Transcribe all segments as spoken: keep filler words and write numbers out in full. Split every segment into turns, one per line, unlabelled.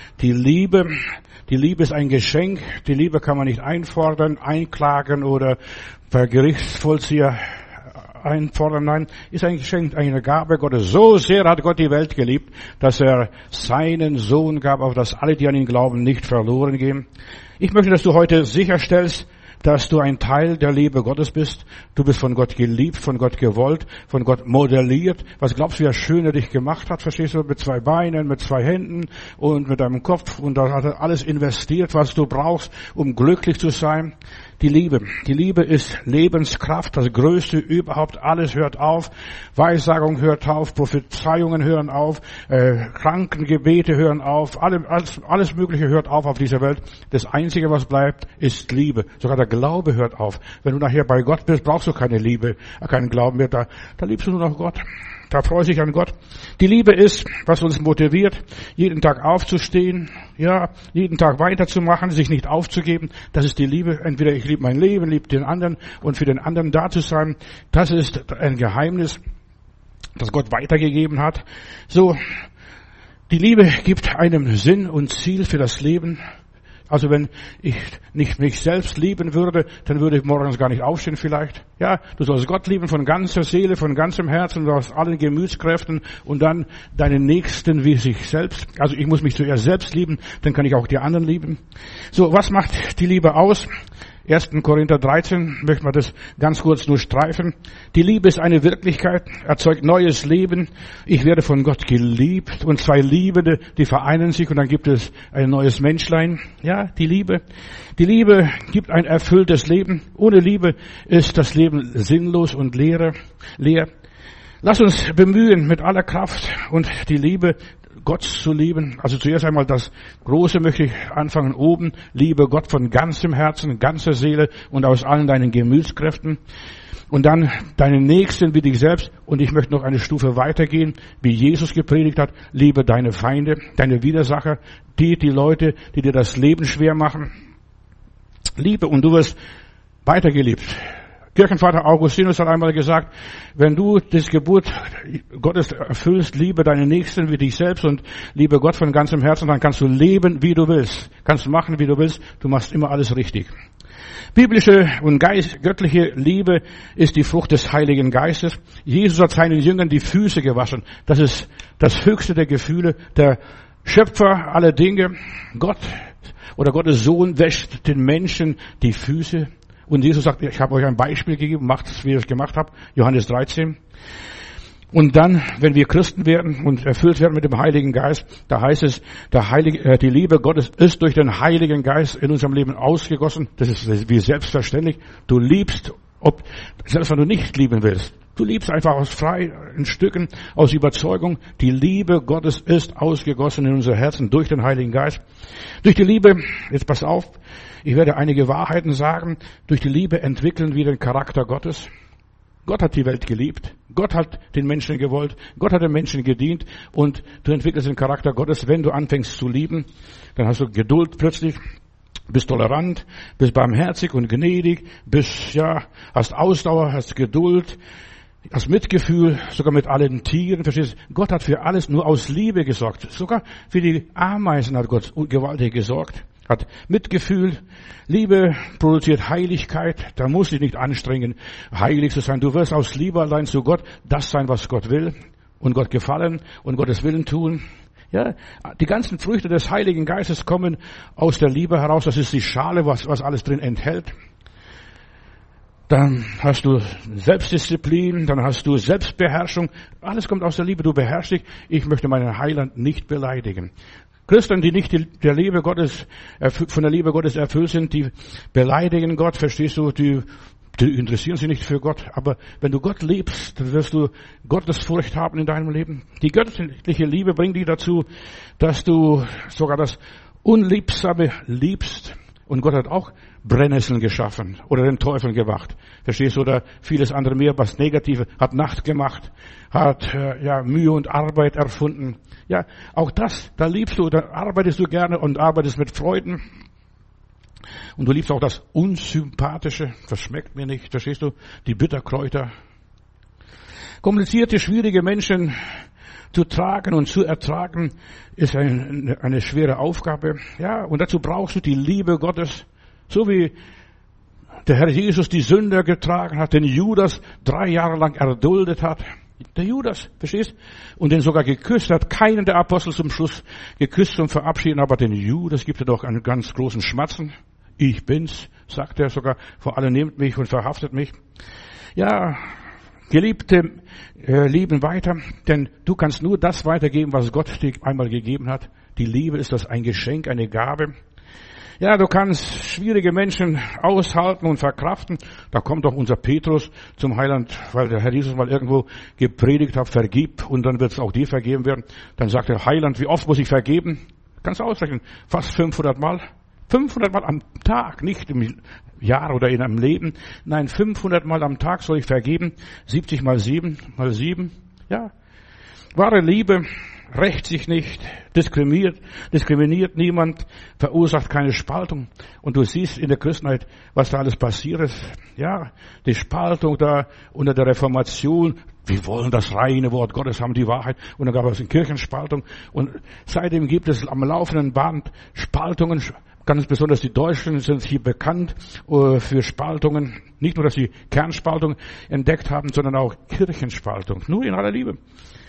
die Liebe, die Liebe ist ein Geschenk. Die Liebe kann man nicht einfordern, einklagen oder per Gerichtsvollzieher einfordern. Nein, ist ein Geschenk, eine Gabe Gottes. So sehr hat Gott die Welt geliebt, dass er seinen Sohn gab, auf dass alle, die an ihn glauben, nicht verloren gehen. Ich möchte, dass du heute sicherstellst, dass du ein Teil der Liebe Gottes bist. Du bist von Gott geliebt, von Gott gewollt, von Gott modelliert. Was glaubst du, wie schön er dich gemacht hat? Verstehst du? Mit zwei Beinen, mit zwei Händen und mit deinem Kopf. Und da hat er alles investiert, was du brauchst, um glücklich zu sein. Die Liebe. Die Liebe ist Lebenskraft, das Größte überhaupt. Alles hört auf. Weissagung hört auf. Prophezeiungen hören auf. Äh, Krankengebete hören auf. Alle, alles, alles Mögliche hört auf auf dieser Welt. Das Einzige, was bleibt, ist Liebe. Sogar der Glaube hört auf. Wenn du nachher bei Gott bist, brauchst du keine Liebe, keinen Glauben mehr. Da, da liebst du nur noch Gott. Da freust du dich an Gott. Die Liebe ist, was uns motiviert, jeden Tag aufzustehen, ja, jeden Tag weiterzumachen, sich nicht aufzugeben. Das ist die Liebe. Entweder ich liebe mein Leben, liebe den anderen und für den anderen da zu sein. Das ist ein Geheimnis, das Gott weitergegeben hat. So, die Liebe gibt einem Sinn und Ziel für das Leben. Also wenn ich nicht mich selbst lieben würde, dann würde ich morgens gar nicht aufstehen vielleicht. Ja, du sollst Gott lieben von ganzer Seele, von ganzem Herzen, aus allen Gemütskräften und dann deinen Nächsten wie sich selbst. Also ich muss mich zuerst selbst lieben, dann kann ich auch die anderen lieben. So, was macht die Liebe aus? erster Korinther dreizehn, möchte man das ganz kurz nur streifen. Die Liebe ist eine Wirklichkeit, erzeugt neues Leben. Ich werde von Gott geliebt und zwei Liebende, die vereinen sich und dann gibt es ein neues Menschlein. Ja, die Liebe. Die Liebe gibt ein erfülltes Leben. Ohne Liebe ist das Leben sinnlos und leer. leer. Lass uns bemühen mit aller Kraft und die Liebe Gott zu lieben. Also zuerst einmal das Große möchte ich anfangen oben. Liebe Gott von ganzem Herzen, ganzer Seele und aus allen deinen Gemütskräften. Und dann deinen Nächsten wie dich selbst. Und ich möchte noch eine Stufe weitergehen, wie Jesus gepredigt hat. Liebe deine Feinde, deine Widersacher, die, die Leute, die dir das Leben schwer machen. Liebe und du wirst weitergeliebt. Kirchenvater Augustinus hat einmal gesagt, wenn du das Gebot Gottes erfüllst, liebe deinen Nächsten wie dich selbst und liebe Gott von ganzem Herzen, dann kannst du leben, wie du willst. Kannst machen, wie du willst. Du machst immer alles richtig. Biblische und Geist, göttliche Liebe ist die Frucht des Heiligen Geistes. Jesus hat seinen Jüngern die Füße gewaschen. Das ist das höchste der Gefühle. Der Schöpfer aller Dinge, Gott oder Gottes Sohn wäscht den Menschen die Füße. Und Jesus sagt, ich habe euch ein Beispiel gegeben, macht es, wie ich es gemacht habe. Johannes dreizehn. Und dann, wenn wir Christen werden und erfüllt werden mit dem Heiligen Geist, da heißt es, der Heilige, äh, die Liebe Gottes ist durch den Heiligen Geist in unserem Leben ausgegossen. Das ist wie selbstverständlich. Du liebst, ob, selbst wenn du nicht lieben willst. Du liebst einfach aus freien Stücken, aus Überzeugung. Die Liebe Gottes ist ausgegossen in unser Herzen durch den Heiligen Geist. Durch die Liebe, jetzt pass auf, ich werde einige Wahrheiten sagen. Durch die Liebe entwickeln wir den Charakter Gottes. Gott hat die Welt geliebt. Gott hat den Menschen gewollt. Gott hat den Menschen gedient. Und du entwickelst den Charakter Gottes, wenn du anfängst zu lieben. Dann hast du Geduld plötzlich. Bist tolerant, bist barmherzig und gnädig, bist, ja, hast Ausdauer, hast Geduld, hast Mitgefühl, sogar mit allen Tieren, verstehst du? Gott hat für alles nur aus Liebe gesorgt. Sogar für die Ameisen hat Gott gewaltig gesorgt. Hat Mitgefühl, Liebe produziert Heiligkeit, da musst du dich nicht anstrengen, heilig zu sein. Du wirst aus Liebe allein zu Gott das sein, was Gott will und Gott gefallen und Gottes Willen tun. Ja, die ganzen Früchte des Heiligen Geistes kommen aus der Liebe heraus. Das ist die Schale, was, was alles drin enthält. Dann hast du Selbstdisziplin, dann hast du Selbstbeherrschung. Alles kommt aus der Liebe. Du beherrschst dich. Ich möchte meinen Heiland nicht beleidigen. Christen, die nicht der Liebe Gottes, von der Liebe Gottes erfüllt sind, die beleidigen Gott, verstehst du, die, die interessieren sich nicht für Gott. Aber wenn du Gott liebst, dann wirst du Gottesfurcht haben in deinem Leben. Die göttliche Liebe bringt dich dazu, dass du sogar das Unliebsame liebst. Und Gott hat auch Brennnesseln geschaffen oder den Teufel gemacht. Verstehst du? Oder vieles andere mehr, was Negative, hat Nacht gemacht, hat äh, ja Mühe und Arbeit erfunden. Ja, auch das, da liebst du, da arbeitest du gerne und arbeitest mit Freuden. Und du liebst auch das Unsympathische, das schmeckt mir nicht, verstehst du? Die Bitterkräuter. Komplizierte, schwierige Menschen zu tragen und zu ertragen, ist eine, eine schwere Aufgabe. Ja, und dazu brauchst du die Liebe Gottes, so wie der Herr Jesus die Sünder getragen hat, den Judas drei Jahre lang erduldet hat. Der Judas, verstehst? Und den sogar geküsst hat. Keinen der Apostel zum Schluss geküsst zum Verabschieden, aber den Judas gibt er doch einen ganz großen Schmatzen. Ich bin's, sagt er sogar, vor allem nehmt mich und verhaftet mich. Ja, Geliebte, äh, lieben weiter, denn du kannst nur das weitergeben, was Gott dir einmal gegeben hat. Die Liebe ist das ein Geschenk, eine Gabe. Ja, du kannst schwierige Menschen aushalten und verkraften. Da kommt doch unser Petrus zum Heiland, weil der Herr Jesus mal irgendwo gepredigt hat, vergib und dann wird es auch dir vergeben werden. Dann sagt der Heiland, wie oft muss ich vergeben? Kannst du ausrechnen, fast fünfhundert Mal. fünfhundert Mal am Tag, nicht im Jahr oder in einem Leben. Nein, fünfhundert Mal am Tag soll ich vergeben. siebzig mal sieben mal sieben. Ja, wahre Liebe rächt sich nicht, diskriminiert, diskriminiert niemand, verursacht keine Spaltung. Und du siehst in der Christenheit, was da alles passiert ist. Ja, die Spaltung da unter der Reformation. Wir wollen das reine Wort Gottes haben, die Wahrheit. Und dann gab es eine Kirchenspaltung. Und seitdem gibt es am laufenden Band Spaltungen. Ganz besonders die Deutschen sind hier bekannt für Spaltungen. Nicht nur, dass sie Kernspaltung entdeckt haben, sondern auch Kirchenspaltung. Nur in aller Liebe.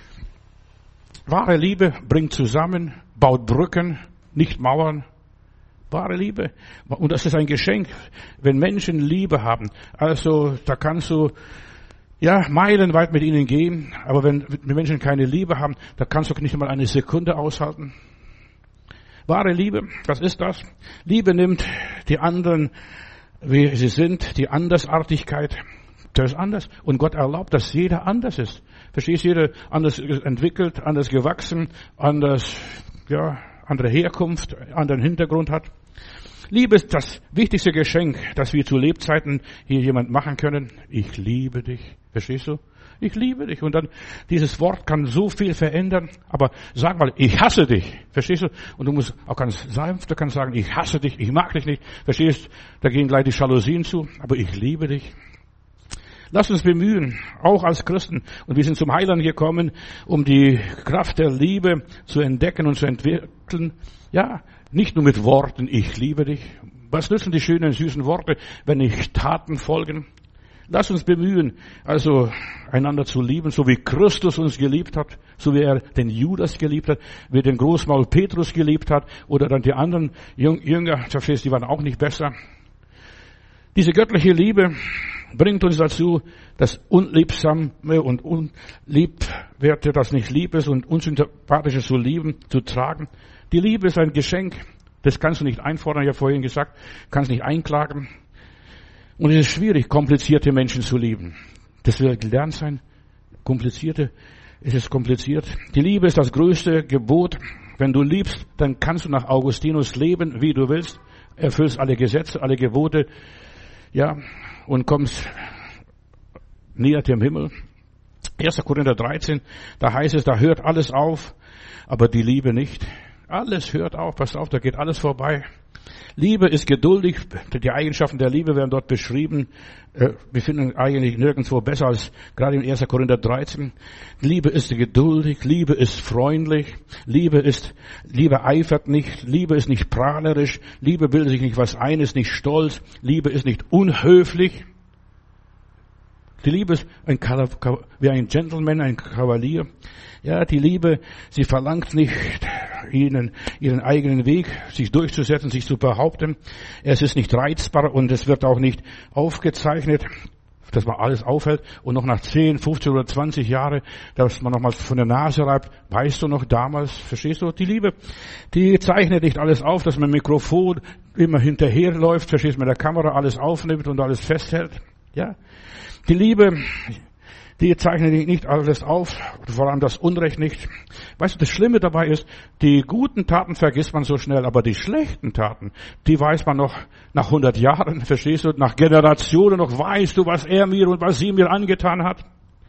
Wahre Liebe bringt zusammen, baut Brücken, nicht Mauern. Wahre Liebe. Und das ist ein Geschenk, wenn Menschen Liebe haben. Also da kannst du ja meilenweit mit ihnen gehen. Aber wenn Menschen keine Liebe haben, da kannst du nicht einmal eine Sekunde aushalten. Wahre Liebe, was ist das? Liebe nimmt die anderen, wie sie sind, die Andersartigkeit. Das ist anders. Und Gott erlaubt, dass jeder anders ist. Verstehst du? Jeder anders entwickelt, anders gewachsen, anders, ja, andere Herkunft, anderen Hintergrund hat. Liebe ist das wichtigste Geschenk, das wir zu Lebzeiten hier jemand machen können. Ich liebe dich. Verstehst du? Ich liebe dich. Und dann, dieses Wort kann so viel verändern. Aber sag mal, ich hasse dich. Verstehst du? Und du musst auch ganz sanft, du kannst sagen, ich hasse dich, ich mag dich nicht. Verstehst? Da gehen gleich die Jalousien zu. Aber ich liebe dich. Lass uns bemühen, auch als Christen. Und wir sind zum Heiland gekommen, um die Kraft der Liebe zu entdecken und zu entwickeln. Ja, nicht nur mit Worten, ich liebe dich. Was nützen die schönen, süßen Worte, wenn nicht Taten folgen? Lass uns bemühen, also einander zu lieben, so wie Christus uns geliebt hat, so wie er den Judas geliebt hat, wie den Großmaul Petrus geliebt hat, oder dann die anderen Jünger, verstehst du, die waren auch nicht besser. Diese göttliche Liebe bringt uns dazu, das Unliebsame und Unliebwerte, das nicht lieb ist und Unsympathisches zu lieben, zu tragen. Die Liebe ist ein Geschenk, das kannst du nicht einfordern, ich habe vorhin gesagt, kannst nicht einklagen. Und es ist schwierig, komplizierte Menschen zu lieben. Das will gelernt sein. Komplizierte, es ist kompliziert. Die Liebe ist das größte Gebot. Wenn du liebst, dann kannst du nach Augustinus leben, wie du willst. Erfüllst alle Gesetze, alle Gebote, ja, und kommst näher dem Himmel. erster Korinther dreizehn, da heißt es, da hört alles auf, aber die Liebe nicht. Alles hört auf, passt auf, da geht alles vorbei. Liebe ist geduldig, die Eigenschaften der Liebe werden dort beschrieben. Wir finden eigentlich nirgendwo besser als gerade in erster Korinther dreizehn. Liebe ist geduldig, Liebe ist freundlich, Liebe ist, Liebe eifert nicht, Liebe ist nicht prahlerisch, Liebe bildet sich nicht was ein, ist nicht stolz, Liebe ist nicht unhöflich. Die Liebe ist ein, wie ein Gentleman, ein Kavalier. Ja, die Liebe, sie verlangt nicht, ihnen ihren eigenen Weg, sich durchzusetzen, sich zu behaupten. Es ist nicht reizbar und es wird auch nicht aufgezeichnet, dass man alles aufhält und noch nach zehn, fünfzehn oder zwanzig Jahre, dass man nochmal von der Nase reibt. Weißt du noch damals, verstehst du? Die Liebe, die zeichnet nicht alles auf, dass man mit dem Mikrofon immer hinterherläuft, verstehst du, mit der Kamera alles aufnimmt und alles festhält. Ja, die Liebe, die zeichnet nicht alles auf, vor allem das Unrecht nicht. Weißt du, das Schlimme dabei ist, die guten Taten vergisst man so schnell, aber die schlechten Taten, die weiß man noch nach hundert Jahren, verstehst du, nach Generationen noch, weißt du, was er mir und was sie mir angetan hat.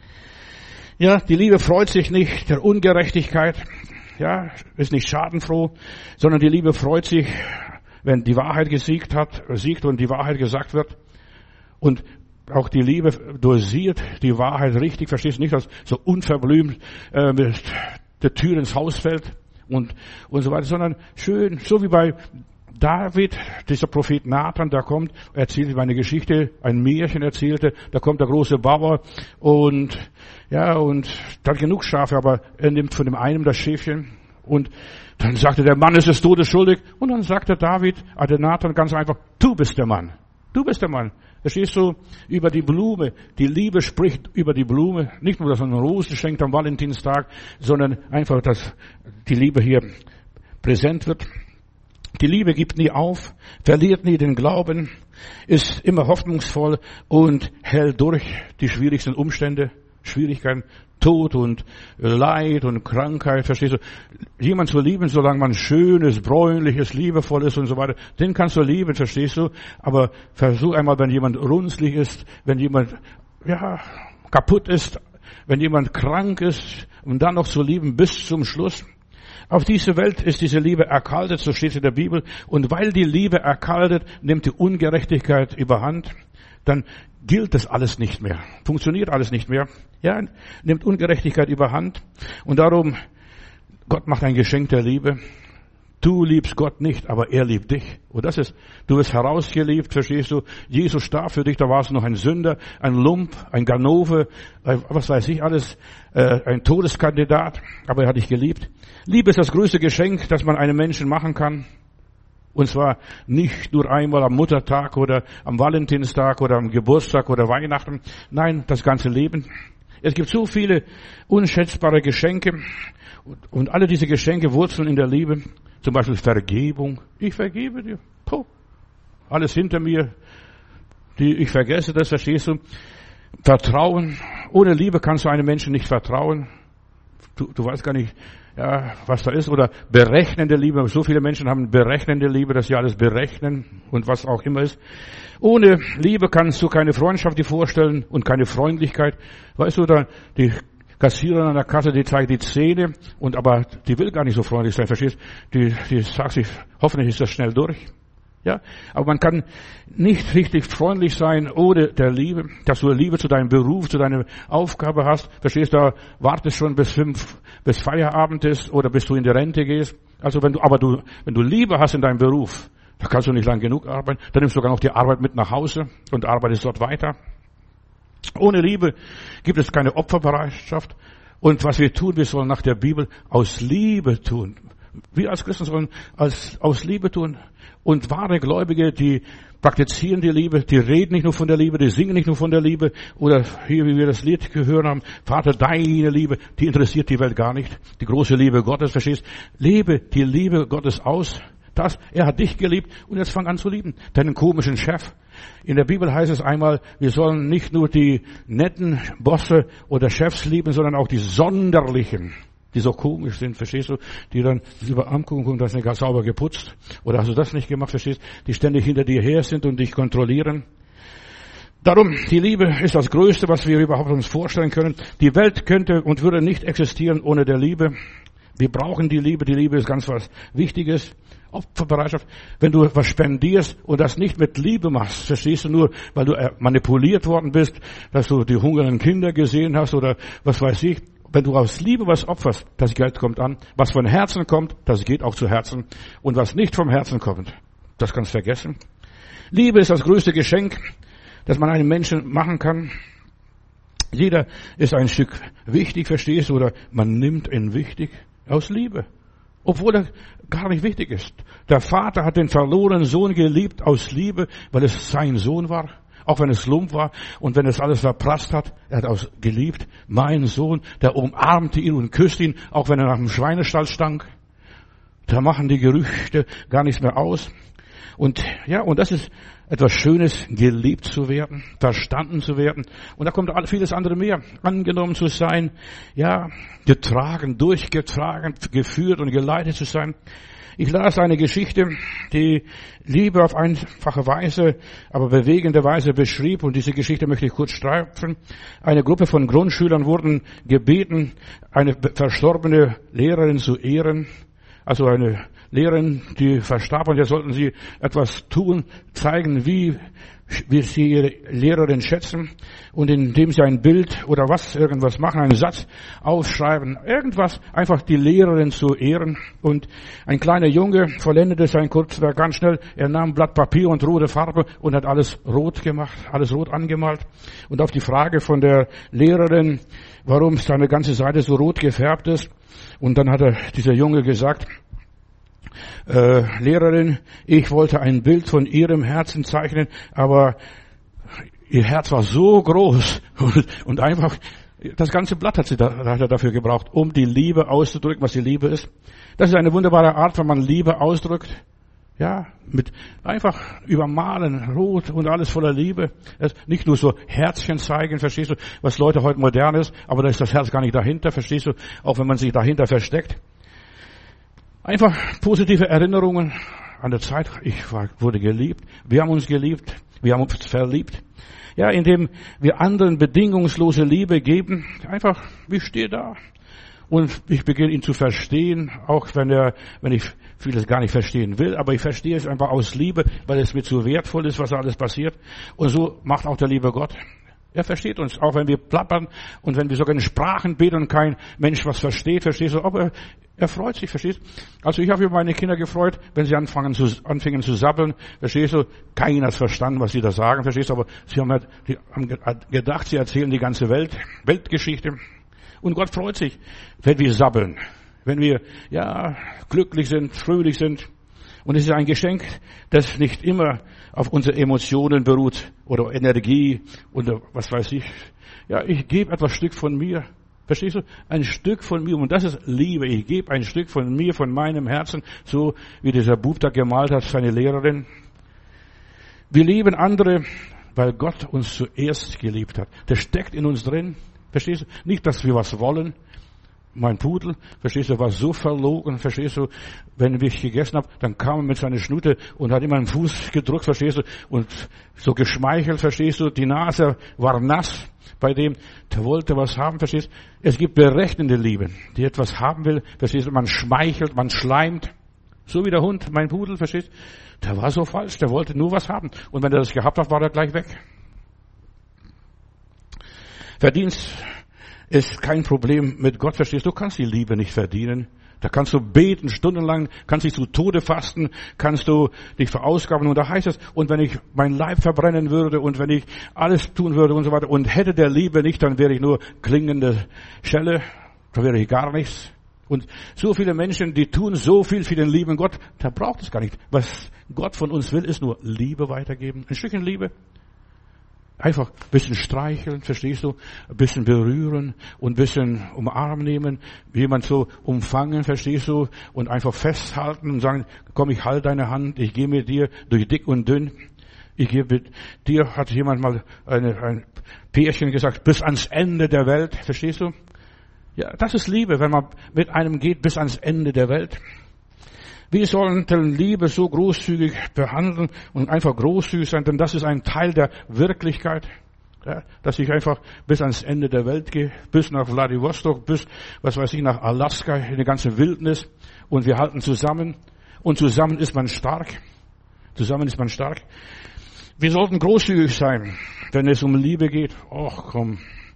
Ja, die Liebe freut sich nicht der Ungerechtigkeit, ja, ist nicht schadenfroh, sondern die Liebe freut sich, wenn die Wahrheit gesiegt hat, siegt und die Wahrheit gesagt wird. Und auch die Liebe dosiert, die Wahrheit richtig, verstehst du, nicht, dass so unverblümt äh, mit der Tür ins Haus fällt und, und so weiter, sondern schön, so wie bei David, dieser Prophet Nathan, der kommt, erzählt ihm eine Geschichte, ein Märchen erzählte, da kommt der große Bauer und, ja, und der hat genug Schafe, aber er nimmt von dem einen das Schäfchen und dann sagte der Mann, ist des Todes schuldig, und dann sagte David, also Nathan ganz einfach, du bist der Mann, du bist der Mann. Verstehst du, über die Blume, die Liebe spricht über die Blume, nicht nur, dass man Rosen schenkt am Valentinstag, sondern einfach, dass die Liebe hier präsent wird. Die Liebe gibt nie auf, verliert nie den Glauben, ist immer hoffnungsvoll und hält durch die schwierigsten Umstände, Schwierigkeiten, Tod und Leid und Krankheit, verstehst du? Jemand zu lieben, solange man schön ist, bräunlich ist, liebevoll ist und so weiter, den kannst du lieben, verstehst du? Aber versuch einmal, wenn jemand runzlig ist, wenn jemand, ja, kaputt ist, wenn jemand krank ist, und dann noch zu lieben bis zum Schluss. Auf diese Welt ist diese Liebe erkaltet, so steht es in der Bibel. Und weil die Liebe erkaltet, nimmt die Ungerechtigkeit überhand, dann gilt das alles nicht mehr. Funktioniert alles nicht mehr. Ja, nimmt Ungerechtigkeit überhand. Und darum, Gott macht ein Geschenk der Liebe. Du liebst Gott nicht, aber er liebt dich. Und das ist, du wirst herausgeliebt, verstehst du? Jesus starb für dich, da warst du noch ein Sünder, ein Lump, ein Ganove, was weiß ich alles, ein Todeskandidat, aber er hat dich geliebt. Liebe ist das größte Geschenk, das man einem Menschen machen kann. Und zwar nicht nur einmal am Muttertag oder am Valentinstag oder am Geburtstag oder Weihnachten. Nein, das ganze Leben. Es gibt so viele unschätzbare Geschenke und alle diese Geschenke wurzeln in der Liebe. Zum Beispiel Vergebung. Ich vergebe dir. Puh. Alles hinter mir. Die, ich vergesse das, verstehst du? Vertrauen. Ohne Liebe kannst du einem Menschen nicht vertrauen. Du, du weißt gar nicht, ja, was da ist. Oder berechnende Liebe. So viele Menschen haben berechnende Liebe, dass sie alles berechnen und was auch immer ist. Ohne Liebe kannst du keine Freundschaft dir vorstellen und keine Freundlichkeit. Weißt du, da die Kassiererin an der Kasse, die zeigt die Zähne, und aber die will gar nicht so freundlich sein, verstehst? Die, die sagt sich, hoffentlich ist das schnell durch. Ja, aber man kann nicht richtig freundlich sein ohne der Liebe, dass du Liebe zu deinem Beruf, zu deiner Aufgabe hast. Verstehst du, da wartest schon bis fünf, bis Feierabend ist oder bis du in die Rente gehst. Also wenn du, aber du, wenn du Liebe hast in deinem Beruf, da kannst du nicht lang genug arbeiten. Dann nimmst du sogar noch die Arbeit mit nach Hause und arbeitest dort weiter. Ohne Liebe gibt es keine Opferbereitschaft. Und was wir tun, wir sollen nach der Bibel aus Liebe tun. Wir als Christen sollen als, aus Liebe tun. Und wahre Gläubige, die praktizieren die Liebe, die reden nicht nur von der Liebe, die singen nicht nur von der Liebe. Oder hier, wie wir das Lied gehört haben, Vater, deine Liebe, die interessiert die Welt gar nicht. Die große Liebe Gottes, verstehst? Lebe die Liebe Gottes aus. Das, er hat dich geliebt und jetzt fang an zu lieben. Deinen komischen Chef. In der Bibel heißt es einmal, wir sollen nicht nur die netten Bosse oder Chefs lieben, sondern auch die sonderlichen, die so komisch sind, verstehst du? Die dann über Arm gucken und das nicht ganz sauber geputzt. Oder hast du das nicht gemacht, verstehst? Die ständig hinter dir her sind und dich kontrollieren. Darum, die Liebe ist das Größte, was wir überhaupt uns vorstellen können. Die Welt könnte und würde nicht existieren ohne der Liebe. Wir brauchen die Liebe. Die Liebe ist ganz was Wichtiges. Opferbereitschaft. Wenn du was spendierst und das nicht mit Liebe machst, verstehst du, nur weil du manipuliert worden bist, dass du die hungernden Kinder gesehen hast oder was weiß ich. Wenn du aus Liebe was opferst, das Geld kommt an. Was von Herzen kommt, das geht auch zu Herzen. Und was nicht vom Herzen kommt, das kannst du vergessen. Liebe ist das größte Geschenk, das man einem Menschen machen kann. Jeder ist ein Stück wichtig, verstehst du, oder man nimmt ihn wichtig aus Liebe. Obwohl er gar nicht wichtig ist. Der Vater hat den verlorenen Sohn geliebt aus Liebe, weil es sein Sohn war. Auch wenn es Lump war und wenn es alles verprasst hat. Er hat aus geliebt. Mein Sohn, der umarmte ihn und küsste ihn, auch wenn er nach dem Schweinestall stank. Da machen die Gerüchte gar nichts mehr aus. Und ja, und das ist etwas Schönes, geliebt zu werden, verstanden zu werden. Und da kommt vieles andere mehr. Angenommen zu sein, ja, getragen, durchgetragen, geführt und geleitet zu sein. Ich las eine Geschichte, die Liebe auf einfache Weise, aber bewegende Weise beschrieb. Und diese Geschichte möchte ich kurz streifen. Eine Gruppe von Grundschülern wurden gebeten, eine verstorbene Lehrerin zu ehren. Also eine Lehrerin, die verstarb, und jetzt sollten sie etwas tun, zeigen, wie, wie sie ihre Lehrerin schätzen, und indem sie ein Bild oder was, irgendwas machen, einen Satz aufschreiben, irgendwas, einfach die Lehrerin zu ehren. Und ein kleiner Junge vollendete sein Kurzwerk ganz schnell. Er nahm ein Blatt Papier und rote Farbe und hat alles rot gemacht, alles rot angemalt. Und auf die Frage von der Lehrerin, warum seine ganze Seite so rot gefärbt ist, und dann hat er, dieser Junge gesagt, Äh, Lehrerin, ich wollte ein Bild von Ihrem Herzen zeichnen, aber Ihr Herz war so groß und, und einfach, das ganze Blatt hat, sie da, hat er dafür gebraucht, um die Liebe auszudrücken, was die Liebe ist. Das ist eine wunderbare Art, wenn man Liebe ausdrückt. Ja, mit einfach übermalen, rot und alles voller Liebe. Das nicht nur so Herzchen zeigen, verstehst du, was Leute heute modern ist, aber da ist das Herz gar nicht dahinter, verstehst du, auch wenn man sich dahinter versteckt. Einfach positive Erinnerungen an der Zeit. Ich war, wurde geliebt. Wir haben uns geliebt. Wir haben uns verliebt. Ja, indem wir anderen bedingungslose Liebe geben. Einfach, ich stehe da. Und ich beginne ihn zu verstehen, auch wenn er, wenn ich vieles gar nicht verstehen will. Aber ich verstehe es einfach aus Liebe, weil es mir zu wertvoll ist, was alles passiert. Und so macht auch der liebe Gott. Er versteht uns, auch wenn wir plappern und wenn wir sogar in Sprachen beten und kein Mensch was versteht, verstehst du, aber er, er freut sich, verstehst du. Also ich habe über meine Kinder gefreut, wenn sie anfangen zu, anfingen zu sabbeln, verstehst du, keiner hat verstanden, was sie da sagen, verstehst du, aber sie haben, halt, die haben gedacht, sie erzählen die ganze Welt, Weltgeschichte. Und Gott freut sich, wenn wir sabbeln, wenn wir, ja, glücklich sind, fröhlich sind. Und es ist ein Geschenk, das nicht immer auf unsere Emotionen beruht oder Energie oder was weiß ich. Ja, ich gebe etwas Stück von mir. Verstehst du? Ein Stück von mir. Und das ist Liebe. Ich gebe ein Stück von mir, von meinem Herzen, so wie dieser Bub da gemalt hat, seine Lehrerin. Wir lieben andere, weil Gott uns zuerst geliebt hat. Das steckt in uns drin. Verstehst du? Nicht, dass wir was wollen. Mein Pudel, verstehst du, war so verlogen, verstehst du, wenn ich gegessen habe, dann kam er mit seiner Schnute und hat immer einen Fuß gedrückt, verstehst du, und so geschmeichelt, verstehst du, die Nase war nass bei dem, der wollte was haben, verstehst du. Es gibt berechnende Liebe, die etwas haben will, verstehst du, man schmeichelt, man schleimt, so wie der Hund, mein Pudel, verstehst du, der war so falsch, der wollte nur was haben, und wenn er das gehabt hat, war er gleich weg. Verdienst ist kein Problem mit Gott, verstehst du? Du kannst die Liebe nicht verdienen. Da kannst du beten stundenlang, kannst dich zu Tode fasten, kannst du dich verausgaben. Und da heißt es, und wenn ich mein Leib verbrennen würde und wenn ich alles tun würde und so weiter und hätte der Liebe nicht, dann wäre ich nur klingende Schelle, dann wäre ich gar nichts. Und so viele Menschen, die tun so viel für den lieben Gott, da braucht es gar nicht. Was Gott von uns will, ist nur Liebe weitergeben. Ein Stückchen Liebe. Einfach ein bisschen streicheln, verstehst du? Ein bisschen berühren und ein bisschen umarmen nehmen, jemand so umfangen, verstehst du? Und einfach festhalten und sagen, komm, ich halte deine Hand, ich gehe mit dir durch dick und dünn. Ich gehe mit dir, hat jemand mal eine, ein Pärchen gesagt, bis ans Ende der Welt, verstehst du? Ja, das ist Liebe, wenn man mit einem geht bis ans Ende der Welt. Wir sollten Liebe so großzügig behandeln und einfach großzügig sein, denn das ist ein Teil der Wirklichkeit, ja, dass ich einfach bis ans Ende der Welt gehe, bis nach Vladivostok, bis, was weiß ich, nach Alaska, in die ganze Wildnis, und wir halten zusammen, und zusammen ist man stark, zusammen ist man stark. Wir sollten großzügig sein, wenn es um Liebe geht. Ach komm,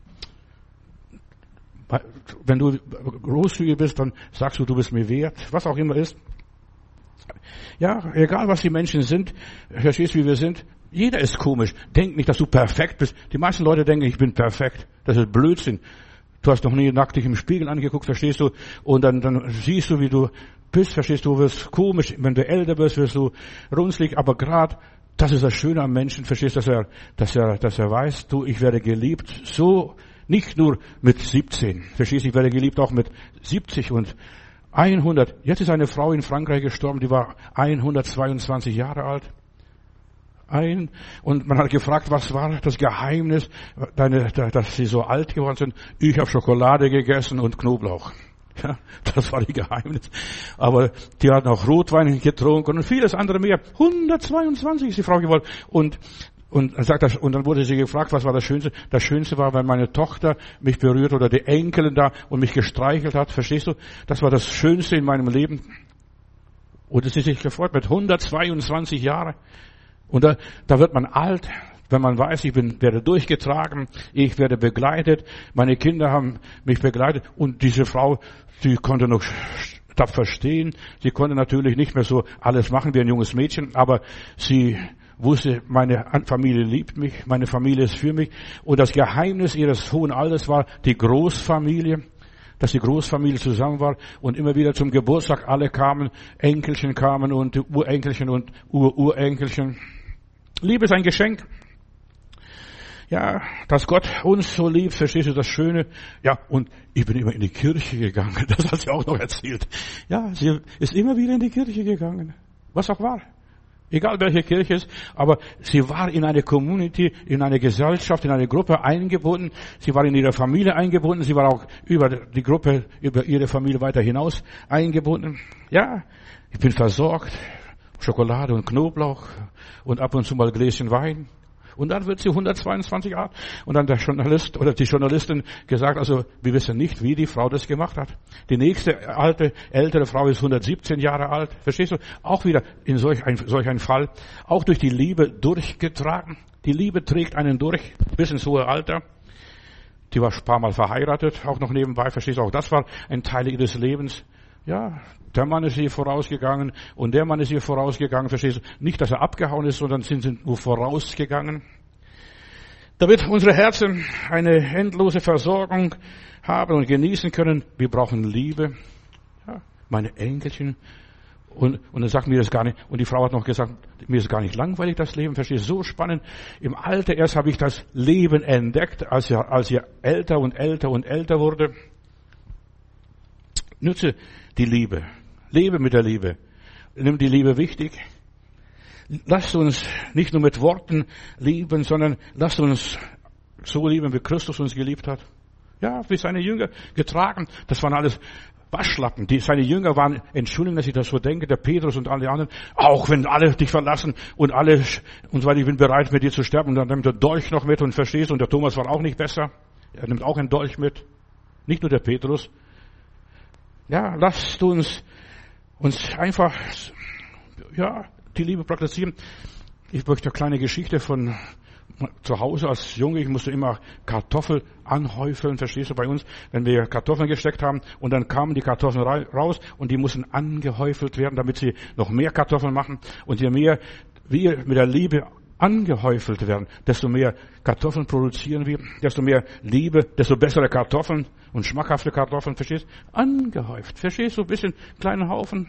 wenn du großzügig bist, dann sagst du, du bist mir wert, was auch immer ist. Ja, egal was die Menschen sind, verstehst du, wie wir sind, jeder ist komisch. Denk nicht, dass du perfekt bist. Die meisten Leute denken, ich bin perfekt. Das ist Blödsinn. Du hast noch nie nackt dich im Spiegel angeguckt, verstehst du, und dann, dann siehst du, wie du bist, verstehst du, du wirst komisch. Wenn du älter wirst, wirst du runzlig, aber gerade, das ist das Schöne am Menschen, verstehst du, dass er, dass er, dass er weiß, du, ich werde geliebt, so, nicht nur mit siebzehn, verstehst du, ich werde geliebt auch mit siebzig und hundert. Jetzt ist eine Frau in Frankreich gestorben, die war hundertzweiundzwanzig Jahre alt. Ein, und man hat gefragt, was war das Geheimnis, deine, dass sie so alt geworden sind. Ich habe Schokolade gegessen und Knoblauch. Ja, das war die Geheimnis. Aber die hat noch Rotwein getrunken und vieles andere mehr. hundertzweiundzwanzig ist die Frau geworden. Und Und er sagt das, und dann wurde sie gefragt, was war das Schönste? Das Schönste war, wenn meine Tochter mich berührt oder die Enkelin da und mich gestreichelt hat. Verstehst du? Das war das Schönste in meinem Leben. Oder sie sich gefreut mit hundertzweiundzwanzig Jahren. Und da, da wird man alt, wenn man weiß, ich bin, werde durchgetragen, ich werde begleitet, meine Kinder haben mich begleitet. Und diese Frau, sie konnte noch tapfer stehen. Sie konnte natürlich nicht mehr so alles machen wie ein junges Mädchen, aber sie wusste, meine Familie liebt mich, meine Familie ist für mich. Und das Geheimnis ihres hohen Alters war die Großfamilie, dass die Großfamilie zusammen war und immer wieder zum Geburtstag alle kamen, Enkelchen kamen und Urenkelchen und Ururenkelchen. Liebe ist ein Geschenk. Ja, dass Gott uns so liebt, verstehst du das Schöne? Ja, und ich bin immer in die Kirche gegangen, das hat sie auch noch erzählt. Ja, sie ist immer wieder in die Kirche gegangen, was auch war. Egal welche Kirche es ist, aber sie war in eine Community, in eine Gesellschaft, in eine Gruppe eingebunden. Sie war in ihre Familie eingebunden. Sie war auch über die Gruppe, über ihre Familie weiter hinaus eingebunden. Ja, ich bin versorgt. Schokolade und Knoblauch und ab und zu mal Gläschen Wein. Und dann wird sie hundertzweiundzwanzig Jahre. Und dann der Journalist oder die Journalistin gesagt, also wir wissen nicht, wie die Frau das gemacht hat. Die nächste alte, ältere Frau ist hundertsiebzehn Jahre alt. Verstehst du? Auch wieder in solch ein, solch ein Fall. Auch durch die Liebe durchgetragen. Die Liebe trägt einen durch bis ins hohe Alter. Die war ein paar Mal verheiratet, auch noch nebenbei. Verstehst du? Auch das war ein Teil ihres Lebens. Ja, der Mann ist ihr vorausgegangen und der Mann ist ihr vorausgegangen, verstehst du? Nicht, dass er abgehauen ist, sondern sind sie nur vorausgegangen. Damit unsere Herzen eine endlose Versorgung haben und genießen können, wir brauchen Liebe. Ja, meine Enkelchen. Und, und dann sagt mir das gar nicht, und die Frau hat noch gesagt, mir ist gar nicht langweilig, das Leben, verstehst du? So spannend. Im Alter erst habe ich das Leben entdeckt, als ihr, als ihr älter und älter und älter wurde. Nütze die Liebe. Lebe mit der Liebe. Nimm die Liebe wichtig. Lasst uns nicht nur mit Worten lieben, sondern lasst uns so lieben, wie Christus uns geliebt hat. Ja, wie seine Jünger getragen. Das waren alles Waschlappen. Die, seine Jünger waren, entschuldigen, dass ich das so denke, der Petrus und alle anderen, auch wenn alle dich verlassen und alle, und so weiter, ich bin bereit, mit dir zu sterben. Und dann nimmt der Dolch noch mit und verstehst, und der Thomas war auch nicht besser. Er nimmt auch einen Dolch mit. Nicht nur der Petrus. Ja, lasst uns uns einfach, ja, die Liebe praktizieren. Ich möchte eine kleine Geschichte von zu Hause als Junge. Ich musste immer Kartoffel anhäufeln, verstehst du, bei uns, wenn wir Kartoffeln gesteckt haben und dann kamen die Kartoffeln raus und die mussten angehäufelt werden, damit sie noch mehr Kartoffeln machen. Und je mehr wir mit der Liebe angehäufelt werden, desto mehr Kartoffeln produzieren wir, desto mehr Liebe, desto bessere Kartoffeln und schmackhafte Kartoffeln, verstehst du? Angehäuft, verstehst du? Ein bisschen kleinen Haufen.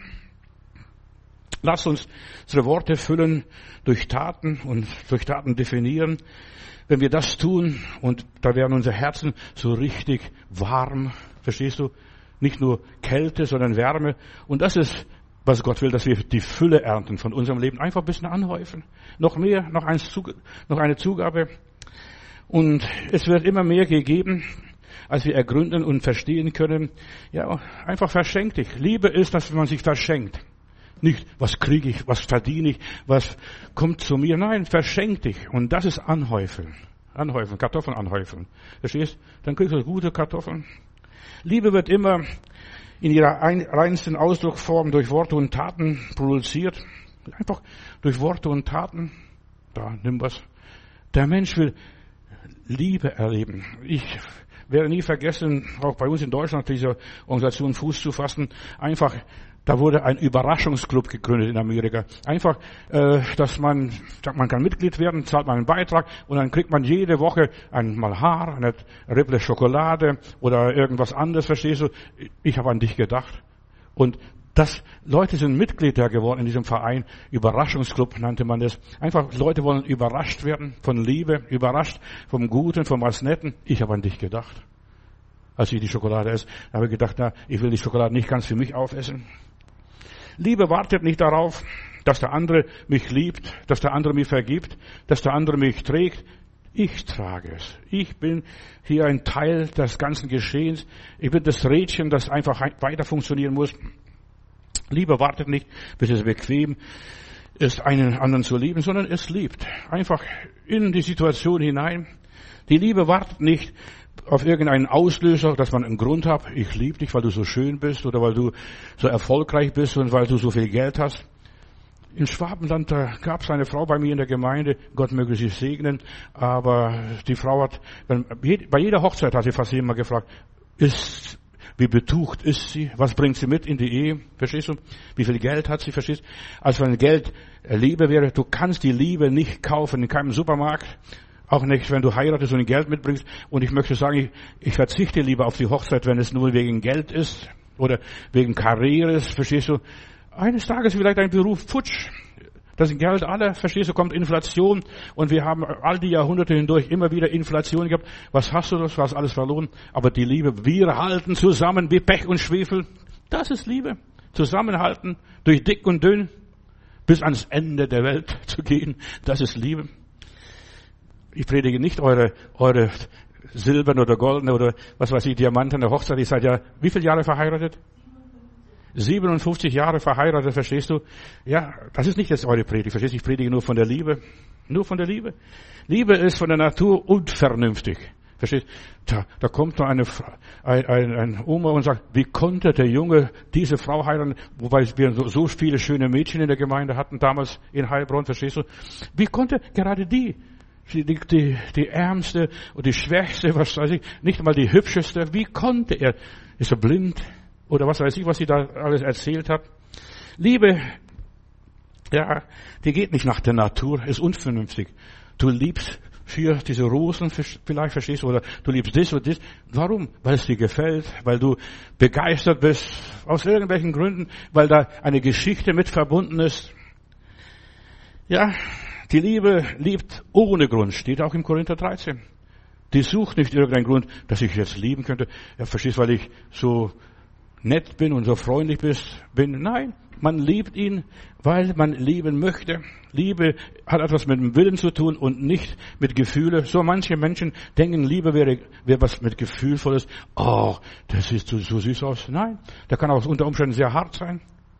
Lass uns unsere Worte füllen durch Taten und durch Taten definieren. Wenn wir das tun, und da werden unsere Herzen so richtig warm, verstehst du? Nicht nur Kälte, sondern Wärme. Und das ist, was Gott will, dass wir die Fülle ernten von unserem Leben. Einfach ein bisschen anhäufen. Noch mehr, noch, ein, noch eine Zugabe. Und es wird immer mehr gegeben, als wir ergründen und verstehen können. Ja, einfach verschenk dich. Liebe ist, dass man sich verschenkt. Nicht, was kriege ich, was verdiene ich, was kommt zu mir. Nein, verschenk dich. Und das ist Anhäufeln. Anhäufeln, Kartoffeln anhäufeln. Verstehst? Dann kriegst du gute Kartoffeln. Liebe wird immer in ihrer reinsten Ausdrucksform durch Worte und Taten produziert. Einfach durch Worte und Taten. Da, nimm was. Der Mensch will Liebe erleben. Ich werde nie vergessen, auch bei uns in Deutschland, diese Organisation Fuß zu fassen, einfach, da wurde ein Überraschungsclub gegründet in Amerika. Einfach, äh, dass man, man kann Mitglied werden, zahlt man einen Beitrag und dann kriegt man jede Woche einmal Haar, eine Rippe Schokolade oder irgendwas anderes, verstehst du? Ich habe an dich gedacht. Und das, Leute sind Mitglieder geworden in diesem Verein. Überraschungsclub nannte man das. Einfach, Leute wollen überrascht werden von Liebe, überrascht vom Guten, vom was Netten. Ich habe an dich gedacht. Als ich die Schokolade esse, habe ich gedacht, na, ich will die Schokolade nicht ganz für mich aufessen. Liebe wartet nicht darauf, dass der andere mich liebt, dass der andere mir vergibt, dass der andere mich trägt. Ich trage es. Ich bin hier ein Teil des ganzen Geschehens. Ich bin das Rädchen, das einfach weiter funktionieren muss. Liebe wartet nicht, bis es bequem ist, einen anderen zu lieben, sondern es liebt. Einfach in die Situation hinein. Die Liebe wartet nicht, auf irgendeinen Auslöser, dass man einen Grund hat, ich liebe dich, weil du so schön bist oder weil du so erfolgreich bist und weil du so viel Geld hast. In Schwabenland, da gab es eine Frau bei mir in der Gemeinde, Gott möge sie segnen, aber die Frau hat, bei jeder Hochzeit hat sie fast immer gefragt, ist, wie betucht ist sie, was bringt sie mit in die Ehe, verstehst du? Wie viel Geld hat sie, verstehst du? Also wenn Geld Liebe wäre, du kannst die Liebe nicht kaufen in keinem Supermarkt, auch nicht, wenn du heiratest und Geld mitbringst. Und ich möchte sagen, ich, ich verzichte lieber auf die Hochzeit, wenn es nur wegen Geld ist oder wegen Karrieres, verstehst du? Eines Tages vielleicht ein Beruf futsch. Das Geld alle, verstehst du, kommt Inflation und wir haben all die Jahrhunderte hindurch immer wieder Inflation gehabt. Was hast du, das? Du hast alles verloren. Aber die Liebe, wir halten zusammen wie Pech und Schwefel. Das ist Liebe. Zusammenhalten, durch dick und dünn, bis ans Ende der Welt zu gehen. Das ist Liebe. Ich predige nicht eure, eure silberne oder goldene oder was weiß ich, diamantene Hochzeit. Ihr seid ja wie viele Jahre verheiratet? siebenundfünfzig Jahre verheiratet, verstehst du? Ja, das ist nicht jetzt eure Predigt, verstehst du? Ich predige nur von der Liebe. Nur von der Liebe. Liebe ist von der Natur unvernünftig. Verstehst du? Da, da kommt noch eine, ein, ein, ein Oma und sagt, wie konnte der Junge diese Frau heiraten? Wobei wir so, so viele schöne Mädchen in der Gemeinde hatten damals in Heilbronn, verstehst du? Wie konnte gerade die, die, die, die ärmste und die schwächste, was weiß ich, nicht einmal die hübscheste, wie konnte er? Ist er blind? Oder was weiß ich, was sie da alles erzählt hat. Liebe, ja, die geht nicht nach der Natur, ist unvernünftig. Du liebst für diese Rosen vielleicht, verstehst du, oder du liebst das und das. Warum? Weil es dir gefällt, weil du begeistert bist, aus irgendwelchen Gründen, weil da eine Geschichte mit verbunden ist. Ja, die Liebe liebt ohne Grund, steht auch im Korinther dreizehn. Die sucht nicht irgendeinen Grund, dass ich jetzt lieben könnte. Ja, verstehst du, weil ich so nett bin und so freundlich bin. Nein, man liebt ihn, weil man lieben möchte. Liebe hat etwas mit dem Willen zu tun und nicht mit Gefühle. So manche Menschen denken, Liebe wäre, wäre was mit Gefühlvolles. Oh, das sieht so, so süß aus. Nein, der kann auch unter Umständen sehr hart sein.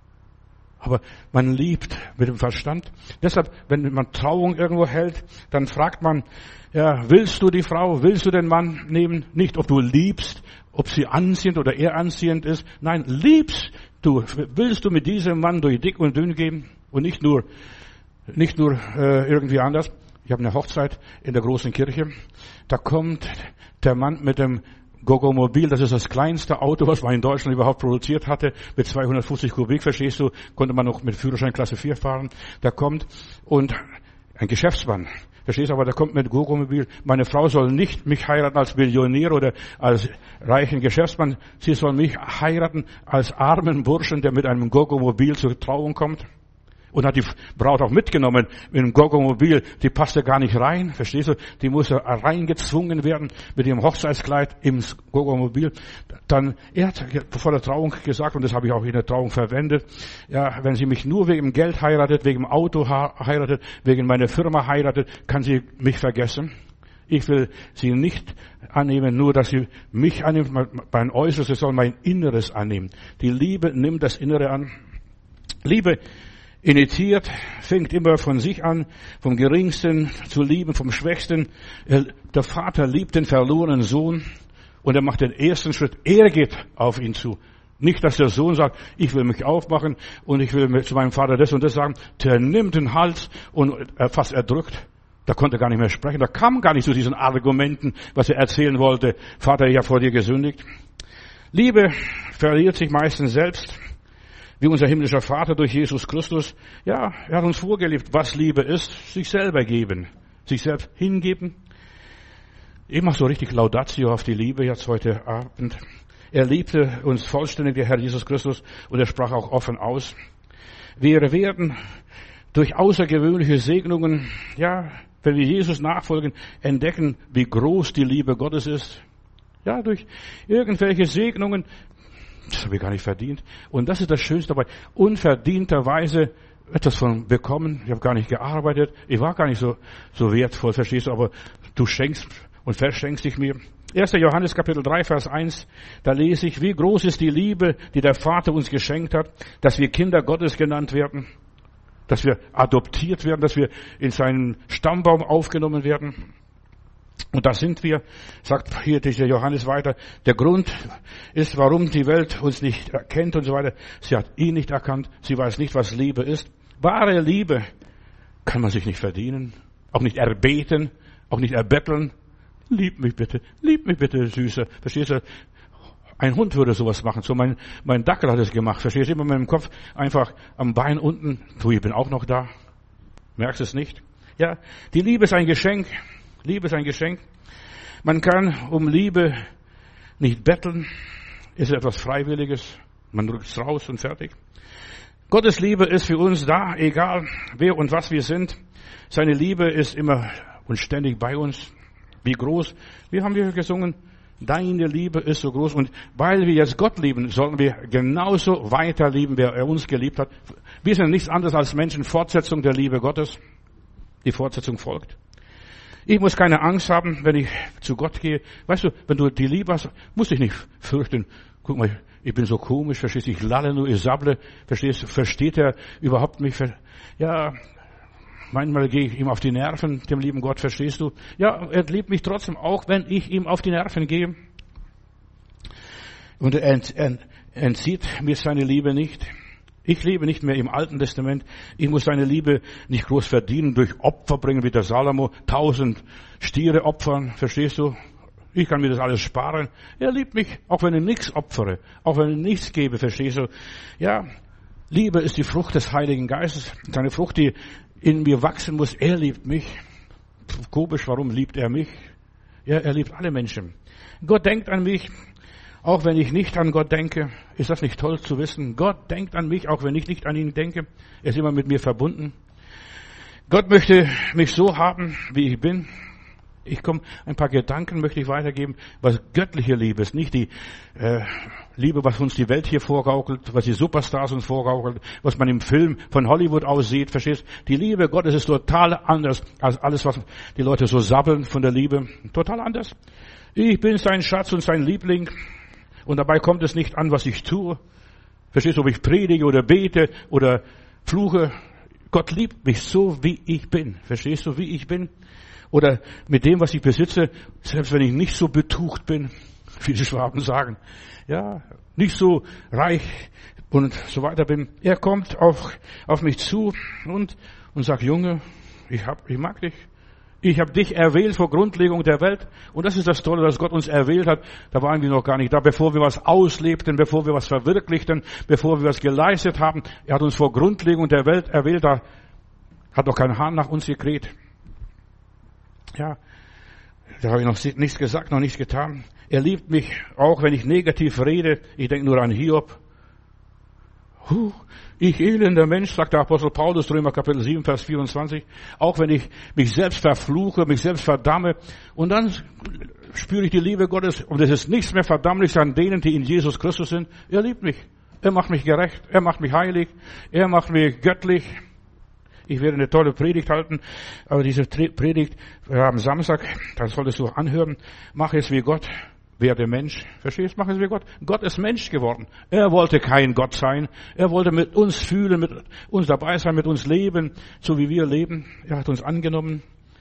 Aber man liebt mit dem Verstand. Deshalb, wenn man Trauung irgendwo hält, dann fragt man, ja, willst du die Frau, willst du den Mann nehmen? Nicht, ob du liebst, ob sie anziehend oder er anziehend ist. Nein, liebst du, willst du mit diesem Mann durch dick und dünn gehen und nicht nur, nicht nur äh, irgendwie anders. Ich habe eine Hochzeit in der großen Kirche. Da kommt der Mann mit dem Gogomobil, das ist das kleinste Auto, was man in Deutschland überhaupt produziert hatte, mit zweihundertfünfzig Kubik, verstehst du, konnte man noch mit Führerschein Klasse vier fahren. Da kommt und ein Geschäftsmann, verstehst du, aber der kommt mit Gogomobil. Meine Frau soll nicht mich heiraten als Millionär oder als reichen Geschäftsmann, sie soll mich heiraten als armen Burschen, der mit einem Gogomobil zur Trauung kommt. Und hat die Braut auch mitgenommen mit dem Gogomobil. Die passte gar nicht rein, verstehst du? Die musste reingezwungen werden mit ihrem Hochzeitskleid ins Gogomobil. Dann, er hat vor der Trauung gesagt, und das habe ich auch in der Trauung verwendet, ja, wenn sie mich nur wegen Geld heiratet, wegen dem Auto heiratet, wegen meiner Firma heiratet, kann sie mich vergessen. Ich will sie nicht annehmen, nur dass sie mich annimmt, mein Äußeres, sie soll mein Inneres annehmen. Die Liebe nimmt das Innere an. Liebe initiiert, fängt immer von sich an, vom Geringsten zu lieben, vom Schwächsten. Der Vater liebt den verlorenen Sohn und er macht den ersten Schritt. Er geht auf ihn zu. Nicht, dass der Sohn sagt, ich will mich aufmachen und ich will zu meinem Vater das und das sagen. Der nimmt den Hals und fast erdrückt. Da konnte er gar nicht mehr sprechen. Da kam gar nicht zu diesen Argumenten, was er erzählen wollte. Vater, ich habe vor dir gesündigt. Liebe verliert sich meistens selbst. Wie unser himmlischer Vater durch Jesus Christus. Ja, er hat uns vorgelebt, was Liebe ist. Sich selber geben. Sich selbst hingeben. Ich mache so richtig Laudatio auf die Liebe jetzt heute Abend. Er liebte uns vollständig, der Herr Jesus Christus, und er sprach auch offen aus. Wir werden durch außergewöhnliche Segnungen, ja, wenn wir Jesus nachfolgen, entdecken, wie groß die Liebe Gottes ist. Ja, durch irgendwelche Segnungen. Das habe ich gar nicht verdient. Und das ist das Schönste dabei. Unverdienterweise etwas von bekommen. Ich habe gar nicht gearbeitet. Ich war gar nicht so, so wertvoll, verstehst du? Aber du schenkst und verschenkst dich mir. erster Johannes Kapitel drei, Vers eins. Da lese ich, wie groß ist die Liebe, die der Vater uns geschenkt hat, dass wir Kinder Gottes genannt werden. Dass wir adoptiert werden, dass wir in seinen Stammbaum aufgenommen werden. Und da sind wir, sagt hier dieser Johannes weiter, der Grund ist, warum die Welt uns nicht erkennt und so weiter. Sie hat ihn nicht erkannt, sie weiß nicht, was Liebe ist. Wahre Liebe kann man sich nicht verdienen, auch nicht erbeten, auch nicht erbetteln. Lieb mich bitte, lieb mich bitte, Süßer. Verstehst du? Ein Hund würde sowas machen. So mein, mein Dackel hat es gemacht. Verstehst du? Immer mit dem Kopf einfach am Bein unten. Du, ich bin auch noch da. Merkst es nicht? Ja, die Liebe ist ein Geschenk. Liebe ist ein Geschenk. Man kann um Liebe nicht betteln. Es ist etwas Freiwilliges. Man drückt es raus und fertig. Gottes Liebe ist für uns da, egal wer und was wir sind. Seine Liebe ist immer und ständig bei uns. Wie groß. Wie haben wir gesungen? Deine Liebe ist so groß. Und weil wir jetzt Gott lieben, sollen wir genauso weiter lieben, wie er uns geliebt hat. Wir sind nichts anderes als Menschen. Fortsetzung der Liebe Gottes. Die Fortsetzung folgt. Ich muss keine Angst haben, wenn ich zu Gott gehe. Weißt du, wenn du die Liebe hast, musst du dich nicht fürchten. Guck mal, ich bin so komisch, verstehst du? Ich lalle nur, ich sable. Verstehst du? Versteht er überhaupt mich? Ja, manchmal gehe ich ihm auf die Nerven, dem lieben Gott, verstehst du? Ja, er liebt mich trotzdem, auch wenn ich ihm auf die Nerven gehe. Und er entzieht mir seine Liebe nicht. Ich lebe nicht mehr im Alten Testament. Ich muss seine Liebe nicht groß verdienen, durch Opfer bringen, wie der Salomo, tausend Stiere opfern, verstehst du? Ich kann mir das alles sparen. Er liebt mich, auch wenn ich nichts opfere, auch wenn ich nichts gebe, verstehst du? Ja, Liebe ist die Frucht des Heiligen Geistes. Seine Frucht, die in mir wachsen muss. Er liebt mich. Komisch, warum liebt er mich? Ja, er liebt alle Menschen. Gott denkt an mich. Auch wenn ich nicht an Gott denke, ist das nicht toll zu wissen? Gott denkt an mich, auch wenn ich nicht an ihn denke. Er ist immer mit mir verbunden. Gott möchte mich so haben, wie ich bin. Ich komme, ein paar Gedanken möchte ich weitergeben, was göttliche Liebe ist. Nicht die äh, Liebe, was uns die Welt hier vorgaukelt, was die Superstars uns vorgaukelt, was man im Film von Hollywood aussieht, verstehst? Die Liebe Gottes ist total anders als alles, was die Leute so sabbeln von der Liebe. Total anders. Ich bin sein Schatz und sein Liebling. Und dabei kommt es nicht an, was ich tue. Verstehst du, ob ich predige oder bete oder fluche. Gott liebt mich so, wie ich bin. Verstehst du, wie ich bin? Oder mit dem, was ich besitze, selbst wenn ich nicht so betucht bin, wie die Schwaben sagen. Ja, nicht so reich und so weiter bin. Er kommt auf, auf mich zu und, und sagt, Junge, ich hab, ich mag dich. Ich habe dich erwählt vor Grundlegung der Welt. Und das ist das Tolle, dass Gott uns erwählt hat. Da waren wir noch gar nicht da, bevor wir was auslebten, bevor wir was verwirklichten, bevor wir was geleistet haben. Er hat uns vor Grundlegung der Welt erwählt. Da hat noch kein Hahn nach uns gekräht. Ja, da habe ich noch nichts gesagt, noch nichts getan. Er liebt mich, auch wenn ich negativ rede. Ich denke nur an Hiob. Huh, ich elender Mensch, sagt der Apostel Paulus, Römer Kapitel sieben, Vers vierundzwanzig. Auch wenn ich mich selbst verfluche, mich selbst verdamme. Und dann spüre ich die Liebe Gottes. Und es ist nichts mehr Verdammnis an denen, die in Jesus Christus sind. Er liebt mich. Er macht mich gerecht. Er macht mich heilig. Er macht mich göttlich. Ich werde eine tolle Predigt halten. Aber diese Predigt am Samstag, das solltest du anhören. Mach es wie Gott. Werde Mensch. Verstehst du? Mach es wie Gott. Gott ist Mensch geworden. Er wollte kein Gott sein. Er wollte mit uns fühlen, mit uns dabei sein, mit uns leben, so wie wir leben. Er hat uns angenommen.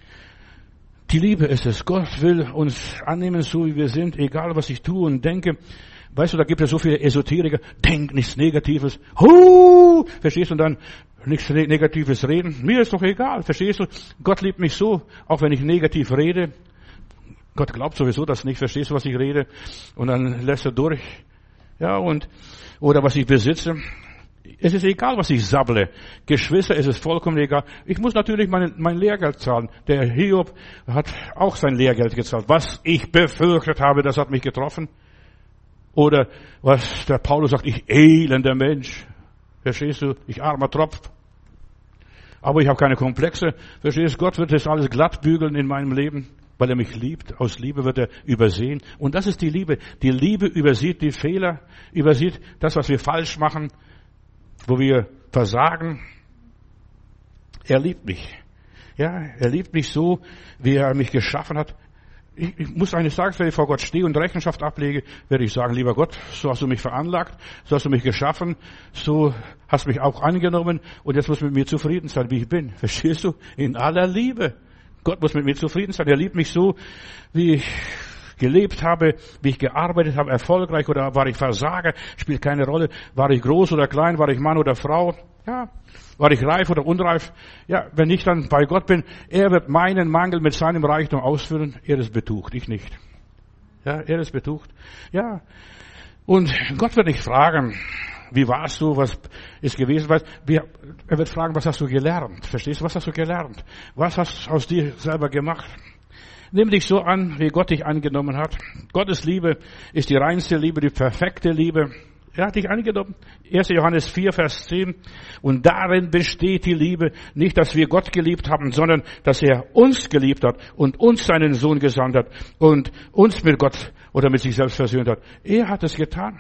Die Liebe ist es. Gott will uns annehmen, so wie wir sind, egal was ich tue und denke. Weißt du, da gibt es so viele Esoteriker. Denk nichts Negatives. Huh! Verstehst du? Und dann nichts Negatives reden. Mir ist doch egal. Verstehst du? Gott liebt mich so, auch wenn ich negativ rede. Gott glaubt sowieso das nicht, verstehst du, was ich rede? Und dann lässt er durch. Ja, und, oder was ich besitze. Es ist egal, was ich sabble. Geschwister, es ist vollkommen egal. Ich muss natürlich mein, mein Lehrgeld zahlen. Der Hiob hat auch sein Lehrgeld gezahlt. Was ich befürchtet habe, das hat mich getroffen. Oder was der Paulus sagt, ich elender Mensch. Verstehst du? Ich armer Tropf. Aber ich habe keine Komplexe. Verstehst du? Gott wird das alles glatt bügeln in meinem Leben. Weil er mich liebt. Aus Liebe wird er übersehen. Und das ist die Liebe. Die Liebe übersieht die Fehler, übersieht das, was wir falsch machen, wo wir versagen. Er liebt mich. Ja, er liebt mich so, wie er mich geschaffen hat. Ich, ich muss eines sagen, wenn ich vor Gott stehe und Rechenschaft ablege, werde ich sagen, lieber Gott, so hast du mich veranlagt, so hast du mich geschaffen, so hast mich auch angenommen und jetzt musst du mit mir zufrieden sein, wie ich bin. Verstehst du? In aller Liebe. Gott muss mit mir zufrieden sein. Er liebt mich so, wie ich gelebt habe, wie ich gearbeitet habe, erfolgreich oder war ich Versager, spielt keine Rolle. War ich groß oder klein, war ich Mann oder Frau, ja, war ich reif oder unreif. Ja, wenn ich dann bei Gott bin, er wird meinen Mangel mit seinem Reichtum ausfüllen. Er ist betucht, ich nicht. Ja, er ist betucht. Ja, und Gott wird nicht fragen, wie warst du, was ist gewesen, was, er wird fragen, was hast du gelernt? Verstehst du, was hast du gelernt? Was hast du aus dir selber gemacht? Nimm dich so an, wie Gott dich angenommen hat. Gottes Liebe ist die reinste Liebe, die perfekte Liebe. Er hat dich angenommen. erster Johannes vier, Vers zehn. Und darin besteht die Liebe, nicht, dass wir Gott geliebt haben, sondern, dass er uns geliebt hat und uns seinen Sohn gesandt hat und uns mit Gott oder mit sich selbst versöhnt hat. Er hat es getan.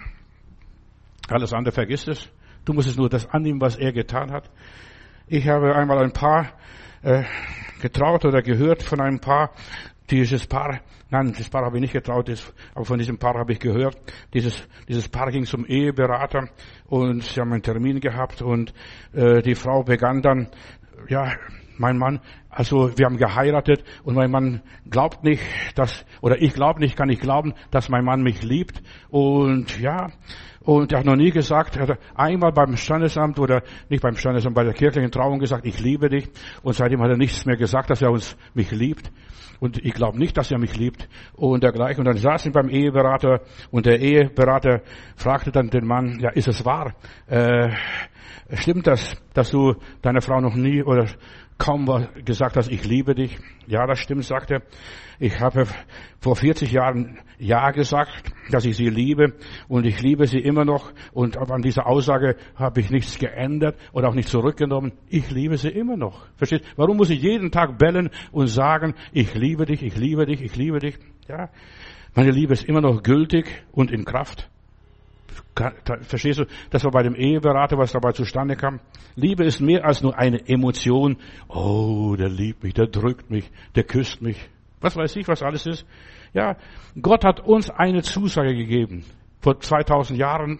Alles andere vergiss es. Du musst es nur das annehmen, was er getan hat. Ich habe einmal ein Paar äh, getraut oder gehört von einem Paar. Dieses Paar, nein, das Paar habe ich nicht getraut, aber von diesem Paar habe ich gehört. Dieses, dieses Paar ging zum Eheberater und sie haben einen Termin gehabt und äh, die Frau begann dann, ja, mein Mann, also wir haben geheiratet und mein Mann glaubt nicht, dass, oder ich glaube nicht, kann nicht glauben, dass mein Mann mich liebt und ja, und er hat noch nie gesagt, er hat einmal beim Standesamt oder nicht beim Standesamt, bei der kirchlichen Trauung gesagt, ich liebe dich und seitdem hat er nichts mehr gesagt, dass er uns, mich liebt. Und ich glaube nicht, dass er mich liebt und dergleichen. Und dann saßen wir beim Eheberater und der Eheberater fragte dann den Mann, ja, ist es wahr? Äh, stimmt das, dass du deiner Frau noch nie oder kaum gesagt hast, ich liebe dich? Ja, das stimmt, sagt er. Ich habe vor vierzig Jahren Ja gesagt, dass ich sie liebe und ich liebe sie immer noch und an dieser Aussage habe ich nichts geändert oder auch nicht zurückgenommen. Ich liebe sie immer noch. Versteht? Warum muss ich jeden Tag bellen und sagen, ich liebe dich, ich liebe dich, ich liebe dich? Ja, meine Liebe ist immer noch gültig und in Kraft. Verstehst du? Das war bei dem Eheberater, was dabei zustande kam. Liebe ist mehr als nur eine Emotion. Oh, der liebt mich, der drückt mich, der küsst mich. Was weiß ich, was alles ist. Ja, Gott hat uns eine Zusage gegeben. Vor zweitausend Jahren,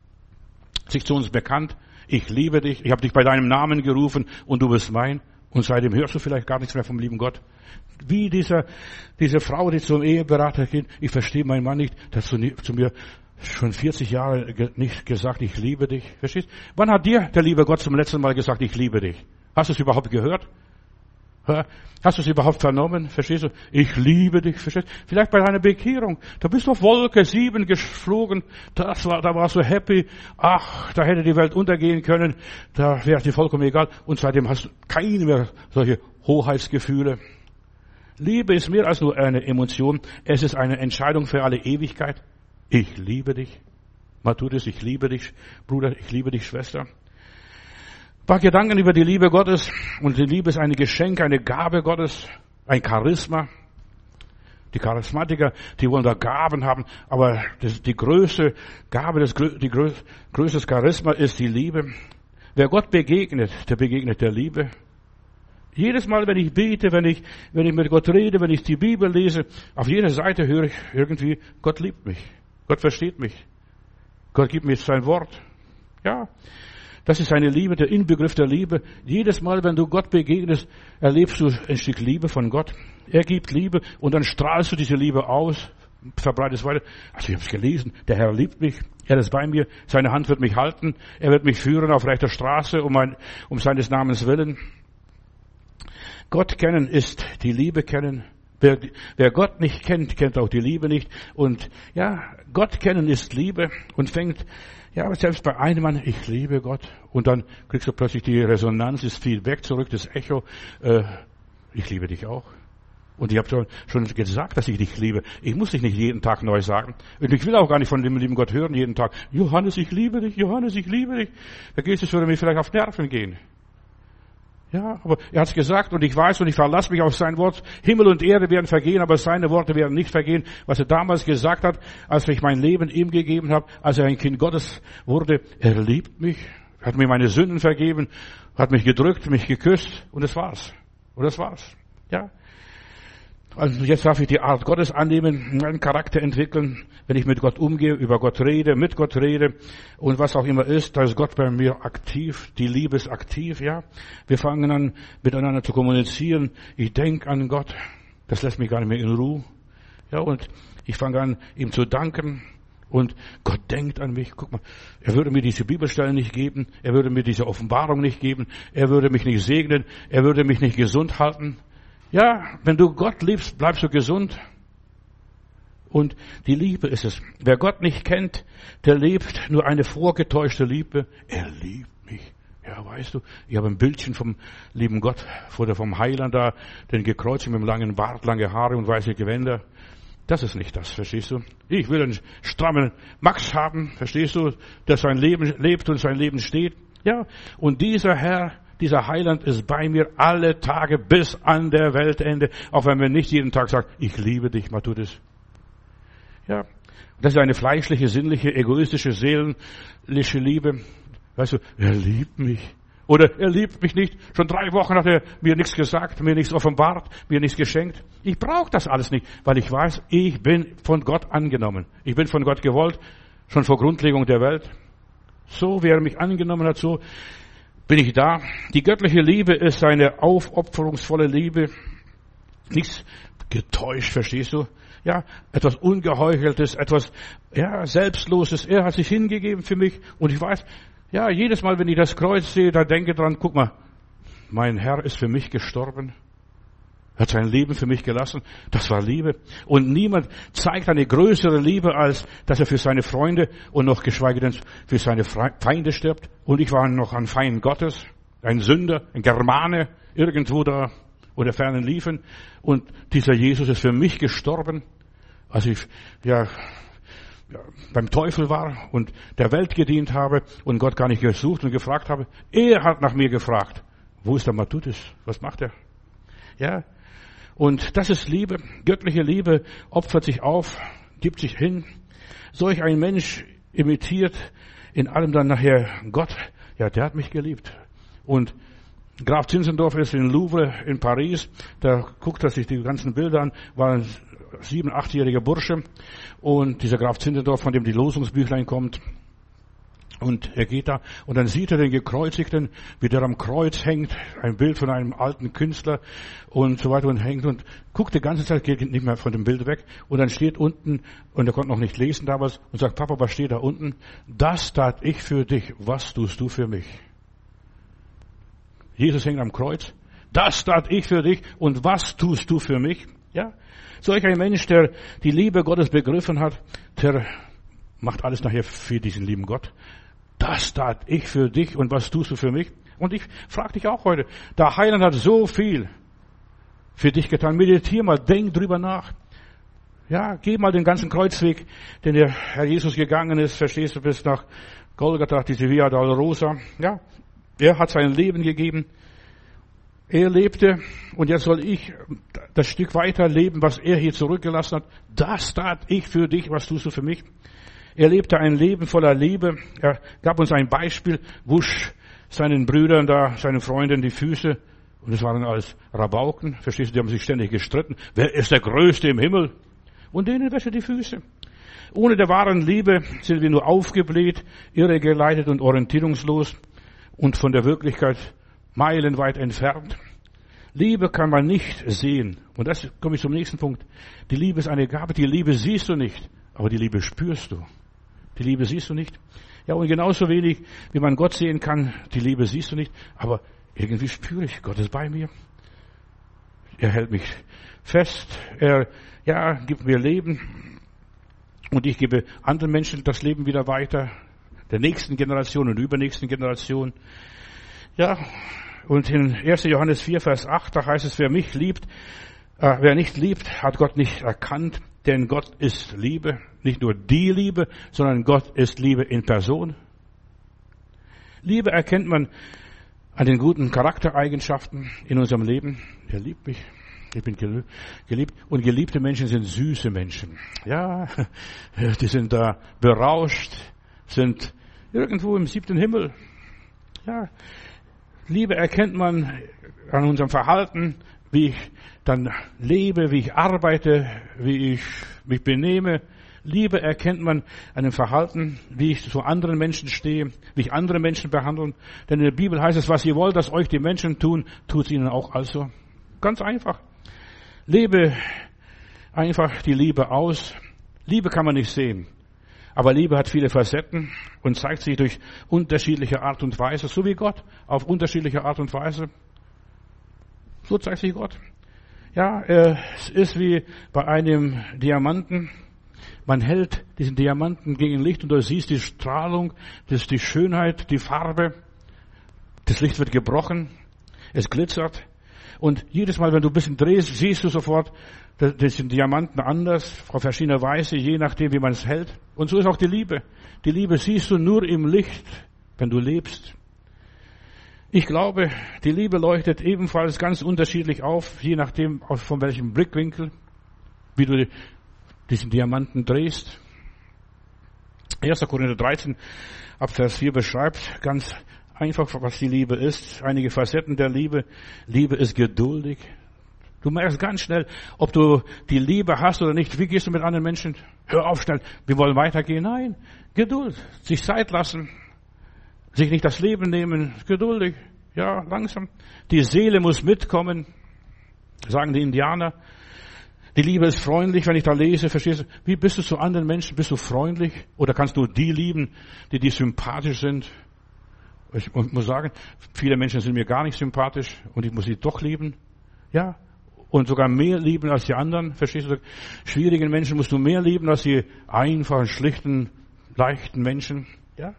sich zu uns bekannt. Ich liebe dich, ich habe dich bei deinem Namen gerufen und du bist mein. Und seitdem hörst du vielleicht gar nichts mehr vom lieben Gott. Wie dieser, diese Frau, die zum Eheberater geht. Ich verstehe meinen Mann nicht, dass du zu mir schon vierzig Jahre nicht gesagt, ich liebe dich. Verstehst? Wann hat dir der liebe Gott zum letzten Mal gesagt, ich liebe dich? Hast du es überhaupt gehört? Hast du es überhaupt vernommen? Verstehst du? Ich liebe dich. Verstehst du? Vielleicht bei deiner Bekehrung. Da bist du auf Wolke sieben geflogen. Das war, da warst du happy. Ach, da hätte die Welt untergehen können. Da wäre dir vollkommen egal. Und seitdem hast du keine mehr solche Hoheitsgefühle. Liebe ist mehr als nur eine Emotion. Es ist eine Entscheidung für alle Ewigkeit. Ich liebe dich. Matthäus, ich liebe dich, Bruder, ich liebe dich, Schwester. Ein paar Gedanken über die Liebe Gottes. Und die Liebe ist ein Geschenk, eine Gabe Gottes, ein Charisma. Die Charismatiker, die wollen da Gaben haben, aber das, die größte Gabe, das die größte Charisma ist die Liebe. Wer Gott begegnet, der begegnet der Liebe. Jedes Mal, wenn ich bete, wenn ich, wenn ich mit Gott rede, wenn ich die Bibel lese, auf jeder Seite höre ich irgendwie, Gott liebt mich. Gott versteht mich. Gott gibt mir sein Wort. Ja, das ist eine Liebe, der Inbegriff der Liebe. Jedes Mal, wenn du Gott begegnest, erlebst du ein Stück Liebe von Gott. Er gibt Liebe und dann strahlst du diese Liebe aus, verbreitest weiter. Also ich habe es gelesen, der Herr liebt mich, er ist bei mir, seine Hand wird mich halten, er wird mich führen auf rechter Straße um, ein, um seines Namens willen. Gott kennen ist die Liebe kennen. Wer, wer Gott nicht kennt, kennt auch die Liebe nicht. Und ja, Gott kennen ist Liebe und fängt, ja, selbst bei einem Mann, ich liebe Gott. Und dann kriegst du plötzlich die Resonanz, ist viel weg zurück, das Echo, äh, ich liebe dich auch. Und ich habe schon, schon gesagt, dass ich dich liebe. Ich muss dich nicht jeden Tag neu sagen. Und ich will auch gar nicht von dem lieben Gott hören jeden Tag. Johannes, ich liebe dich, Johannes, ich liebe dich. Da gehst du, würde mir vielleicht auf Nerven gehen. Ja, aber er hat es gesagt und ich weiß und ich verlasse mich auf sein Wort. Himmel und Erde werden vergehen, aber seine Worte werden nicht vergehen. Was er damals gesagt hat, als ich mein Leben ihm gegeben habe, als er ein Kind Gottes wurde, er liebt mich, hat mir meine Sünden vergeben, hat mich gedrückt, mich geküsst und das war's. Und das war's. Ja. Also jetzt darf ich die Art Gottes annehmen, meinen Charakter entwickeln, wenn ich mit Gott umgehe, über Gott rede, mit Gott rede und was auch immer ist, da ist Gott bei mir aktiv, die Liebe ist aktiv, ja. Wir fangen an, miteinander zu kommunizieren. Ich denke an Gott, das lässt mich gar nicht mehr in Ruhe, ja, und ich fange an, ihm zu danken. Und Gott denkt an mich. Guck mal, er würde mir diese Bibelstellen nicht geben. Er würde mir diese Offenbarung nicht geben. Er würde mich nicht segnen. Er würde mich nicht gesund halten. Ja, wenn du Gott liebst, bleibst du gesund. Und die Liebe ist es. Wer Gott nicht kennt, der lebt nur eine vorgetäuschte Liebe. Er liebt mich. Ja, weißt du, ich habe ein Bildchen vom lieben Gott, oder vom Heiland da, den gekreuzigt mit einem langen Bart, lange Haare und weiße Gewänder. Das ist nicht das, verstehst du? Ich will einen strammen Max haben, verstehst du, der sein Leben lebt und sein Leben steht. Ja, und dieser Herr, dieser Heiland ist bei mir alle Tage bis an der Weltende, auch wenn man nicht jeden Tag sagt, ich liebe dich, mal tut es. Ja, das ist eine fleischliche, sinnliche, egoistische, seelische Liebe. Weißt du, er liebt mich. Oder er liebt mich nicht. Schon drei Wochen hat er mir nichts gesagt, mir nichts offenbart, mir nichts geschenkt. Ich brauche das alles nicht, weil ich weiß, ich bin von Gott angenommen. Ich bin von Gott gewollt, schon vor Grundlegung der Welt. So, wie er mich angenommen hat, so bin ich da. Die göttliche Liebe ist eine aufopferungsvolle Liebe. Nichts getäuscht, verstehst du? Ja, etwas Ungeheucheltes, etwas, ja, Selbstloses. Er hat sich hingegeben für mich und ich weiß, ja, jedes Mal, wenn ich das Kreuz sehe, da denke dran, guck mal, mein Herr ist für mich gestorben. Er hat sein Leben für mich gelassen. Das war Liebe. Und niemand zeigt eine größere Liebe, als dass er für seine Freunde und noch geschweige denn für seine Feinde stirbt. Und ich war noch ein Feind Gottes, ein Sünder, ein Germane, irgendwo da oder fernen Liefen. Und dieser Jesus ist für mich gestorben, als ich, ja, Ja, beim Teufel war und der Welt gedient habe und Gott gar nicht gesucht und gefragt habe. Er hat nach mir gefragt. Wo ist der Matthäus? Was macht er? Ja. Und das ist Liebe. Göttliche Liebe opfert sich auf, gibt sich hin. Solch ein Mensch imitiert in allem dann nachher Gott. Ja, der hat mich geliebt. Und Graf Zinzendorf ist in Louvre in Paris. Da guckt er sich die ganzen Bilder an. War ein sieben-, achtjähriger Bursche und dieser Graf Zinzendorf, von dem die Losungsbüchlein kommt, und er geht da und dann sieht er den Gekreuzigten, wie der am Kreuz hängt, ein Bild von einem alten Künstler und so weiter und hängt und guckt die ganze Zeit, geht nicht mehr von dem Bild weg und dann steht unten, und er konnte noch nicht lesen damals, und sagt, Papa, was steht da unten? Das tat ich für dich, was tust du für mich? Jesus hängt am Kreuz, das tat ich für dich und was tust du für mich? Ja, solch ein Mensch, der die Liebe Gottes begriffen hat, der macht alles nachher für diesen lieben Gott. Das tat ich für dich und was tust du für mich? Und ich frage dich auch heute, der Heiland hat so viel für dich getan. Meditier mal, denk drüber nach. Ja, geh mal den ganzen Kreuzweg, den der Herr Jesus gegangen ist, verstehst du, bis nach Golgatha, diese Via Dolorosa. Ja, er hat sein Leben gegeben. Er lebte und jetzt soll ich das Stück weiter leben, was er hier zurückgelassen hat. Das tat ich für dich, was tust du für mich? Er lebte ein Leben voller Liebe. Er gab uns ein Beispiel, wusch seinen Brüdern da, seinen Freunden die Füße. Und es waren alles Rabauken, verstehst du, die haben sich ständig gestritten. Wer ist der Größte im Himmel? Und denen wäsche die Füße. Ohne der wahren Liebe sind wir nur aufgebläht, irregeleitet und orientierungslos und von der Wirklichkeit meilenweit entfernt. Liebe kann man nicht sehen. Und das komme ich zum nächsten Punkt. Die Liebe ist eine Gabe. Die Liebe siehst du nicht, aber die Liebe spürst du. Die Liebe siehst du nicht. Ja, und genauso wenig, wie man Gott sehen kann, die Liebe siehst du nicht, aber irgendwie spüre ich, Gott ist bei mir. Er hält mich fest. Er, ja, gibt mir Leben. Und ich gebe anderen Menschen das Leben wieder weiter. Der nächsten Generation und übernächsten Generation. Ja, und in erster Johannes vier, Vers acht, da heißt es, wer mich liebt, äh, wer nicht liebt, hat Gott nicht erkannt, denn Gott ist Liebe. Nicht nur die Liebe, sondern Gott ist Liebe in Person. Liebe erkennt man an den guten Charaktereigenschaften in unserem Leben. Er liebt mich, ich bin geliebt. Und geliebte Menschen sind süße Menschen. Ja, die sind da berauscht, sind irgendwo im siebten Himmel. Ja, Liebe erkennt man an unserem Verhalten, wie ich dann lebe, wie ich arbeite, wie ich mich benehme. Liebe erkennt man an dem Verhalten, wie ich zu anderen Menschen stehe, wie ich andere Menschen behandle. Denn in der Bibel heißt es, was ihr wollt, dass euch die Menschen tun, tut es ihnen auch also. Ganz einfach. Lebe einfach die Liebe aus. Liebe kann man nicht sehen. Aber Liebe hat viele Facetten und zeigt sich durch unterschiedliche Art und Weise, so wie Gott, auf unterschiedliche Art und Weise. So zeigt sich Gott. Ja, es ist wie bei einem Diamanten. Man hält diesen Diamanten gegen Licht und du siehst die Strahlung, das ist die Schönheit, die Farbe. Das Licht wird gebrochen, es glitzert. Und jedes Mal, wenn du ein bisschen drehst, siehst du sofort, das sind Diamanten anders, auf verschiedene Weise, je nachdem, wie man es hält. Und so ist auch die Liebe. Die Liebe siehst du nur im Licht, wenn du lebst. Ich glaube, die Liebe leuchtet ebenfalls ganz unterschiedlich auf, je nachdem, von welchem Blickwinkel, wie du diesen Diamanten drehst. erster Korinther dreizehn, ab Vers vier beschreibt ganz einfach, was die Liebe ist. Einige Facetten der Liebe. Liebe ist geduldig. Du merkst ganz schnell, ob du die Liebe hast oder nicht. Wie gehst du mit anderen Menschen? Hör auf schnell, wir wollen weitergehen. Nein, Geduld, sich Zeit lassen, sich nicht das Leben nehmen, geduldig, ja, langsam. Die Seele muss mitkommen, sagen die Indianer. Die Liebe ist freundlich, wenn ich da lese, verstehst du? Wie bist du zu anderen Menschen? Bist du freundlich? Oder kannst du die lieben, die dir sympathisch sind? Ich muss sagen, viele Menschen sind mir gar nicht sympathisch und ich muss sie doch lieben. Ja, und sogar mehr lieben als die anderen, verstehst du? Schwierigen Menschen musst du mehr lieben als die einfachen, schlichten, leichten Menschen. Ja.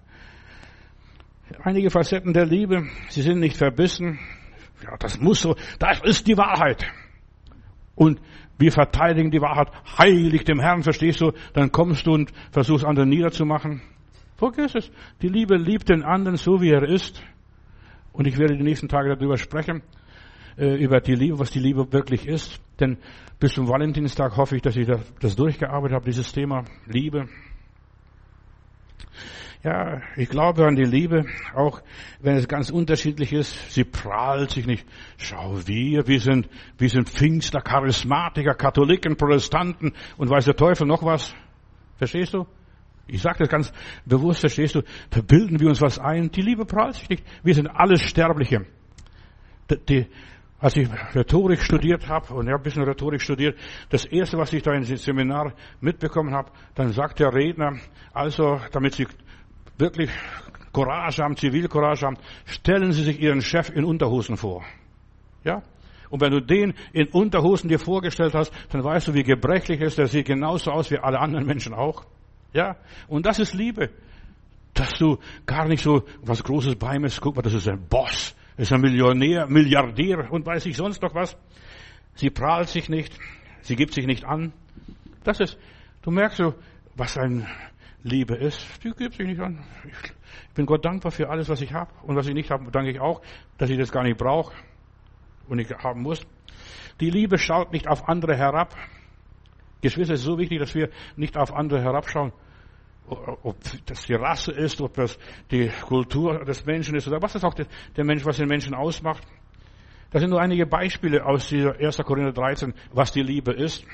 Einige Facetten der Liebe, sie sind nicht verbissen. Ja, das muss so, das ist die Wahrheit. Und wir verteidigen die Wahrheit heilig dem Herrn, verstehst du? Dann kommst du und versuchst andere niederzumachen. Vergiss es. Die Liebe liebt den anderen so, wie er ist. Und ich werde die nächsten Tage darüber sprechen, äh, über die Liebe, was die Liebe wirklich ist. Denn bis zum Valentinstag hoffe ich, dass ich das durchgearbeitet habe, dieses Thema Liebe. Ja, ich glaube an die Liebe, auch wenn es ganz unterschiedlich ist. Sie prahlt sich nicht. Schau, wir, wir sind, wir sind Pfingstler, Charismatiker, Katholiken, Protestanten und weiß der Teufel noch was. Verstehst du? Ich sage das ganz bewusst, verstehst du? Da bilden wir uns was ein. Die Liebe prahlt sich nicht. Wir sind alles Sterbliche. Die, die, als ich Rhetorik studiert habe, und ich habe ein bisschen Rhetorik studiert, das Erste, was ich da im Seminar mitbekommen habe, dann sagt der Redner, also, damit Sie wirklich Courage haben, Zivilcourage haben, stellen Sie sich Ihren Chef in Unterhosen vor. Ja? Und wenn du den in Unterhosen dir vorgestellt hast, dann weißt du, wie gebrechlich ist. Der sieht genauso aus wie alle anderen Menschen auch. Ja? Und das ist Liebe. Dass du gar nicht so was Großes bei mir, guck mal, das ist ein Boss, das ist ein Millionär, Milliardär und weiß ich sonst noch was. Sie prahlt sich nicht, sie gibt sich nicht an. Das ist, du merkst so, was ein Liebe ist, die gibt sich nicht an. Ich bin Gott dankbar für alles, was ich habe. Und was ich nicht habe, danke ich auch, dass ich das gar nicht brauche und nicht haben muss. Die Liebe schaut nicht auf andere herab. Geschwister, es ist so wichtig, dass wir nicht auf andere herabschauen. Ob das die Rasse ist, ob das die Kultur des Menschen ist oder was ist auch der Mensch, was den Menschen ausmacht. Das sind nur einige Beispiele aus dieser erster Korinther dreizehn, was die Liebe ist.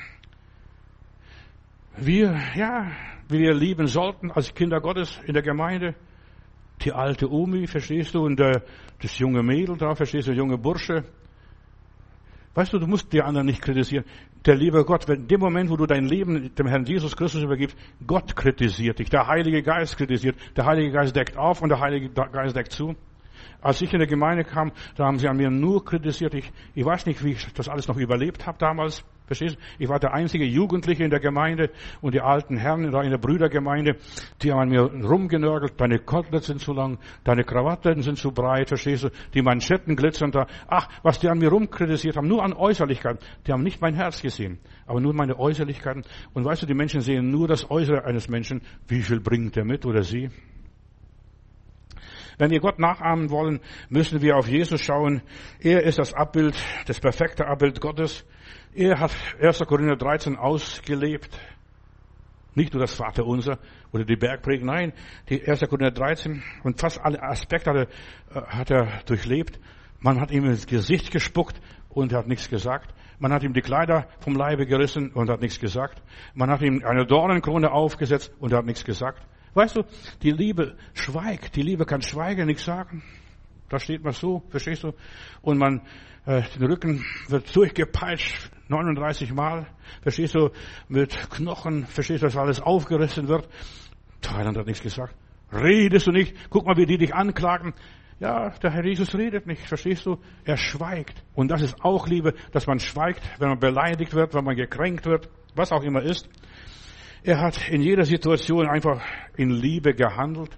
Wir, ja, wie wir lieben sollten als Kinder Gottes in der Gemeinde. Die alte Omi, verstehst du, und der, das junge Mädel da, verstehst du, der junge Bursche. Weißt du, du musst die anderen nicht kritisieren. Der liebe Gott, wenn in dem Moment, wo du dein Leben dem Herrn Jesus Christus übergibst, Gott kritisiert dich, der Heilige Geist kritisiert, der Heilige Geist deckt auf und der Heilige Geist deckt zu. Als ich in der Gemeinde kam, da haben sie an mir nur kritisiert. Ich, ich weiß nicht, wie ich das alles noch überlebt habe damals. Verstehst du? Ich war der einzige Jugendliche in der Gemeinde und die alten Herren da in der Brüdergemeinde, die haben an mir rumgenörgelt. Deine Koteletts sind zu lang, deine Krawatten sind zu breit, verstehst du? Die Manschetten glitzern da. Ach, was die an mir rumkritisiert haben, nur an Äußerlichkeiten. Die haben nicht mein Herz gesehen, aber nur meine Äußerlichkeiten. Und weißt du, die Menschen sehen nur das Äußere eines Menschen. Wie viel bringt er mit oder sie? Wenn wir Gott nachahmen wollen, müssen wir auf Jesus schauen. Er ist das Abbild, das perfekte Abbild Gottes. Er hat erster Korinther dreizehn ausgelebt. Nicht nur das Vaterunser oder die Bergpredigt, nein, die erster Korinther dreizehn und fast alle Aspekte hat er, hat er durchlebt. Man hat ihm ins Gesicht gespuckt. und er hat nichts gesagt. Man hat ihm die Kleider vom Leibe gerissen und hat nichts gesagt. Man hat ihm eine Dornenkrone aufgesetzt und er hat nichts gesagt. Weißt du, die Liebe schweigt. Die Liebe kann schweigen, nichts sagen. Da steht man so, verstehst du? Und man, äh, den Rücken wird durchgepeitscht, neununddreißig Mal, verstehst du? Mit Knochen, verstehst du, dass alles aufgerissen wird. Thailand hat nichts gesagt. Redest du nicht? Guck mal, wie die dich anklagen. Ja, der Herr Jesus redet nicht, verstehst du? Er schweigt. Und das ist auch Liebe, dass man schweigt, wenn man beleidigt wird, wenn man gekränkt wird, was auch immer ist. Er hat in jeder Situation einfach in Liebe gehandelt.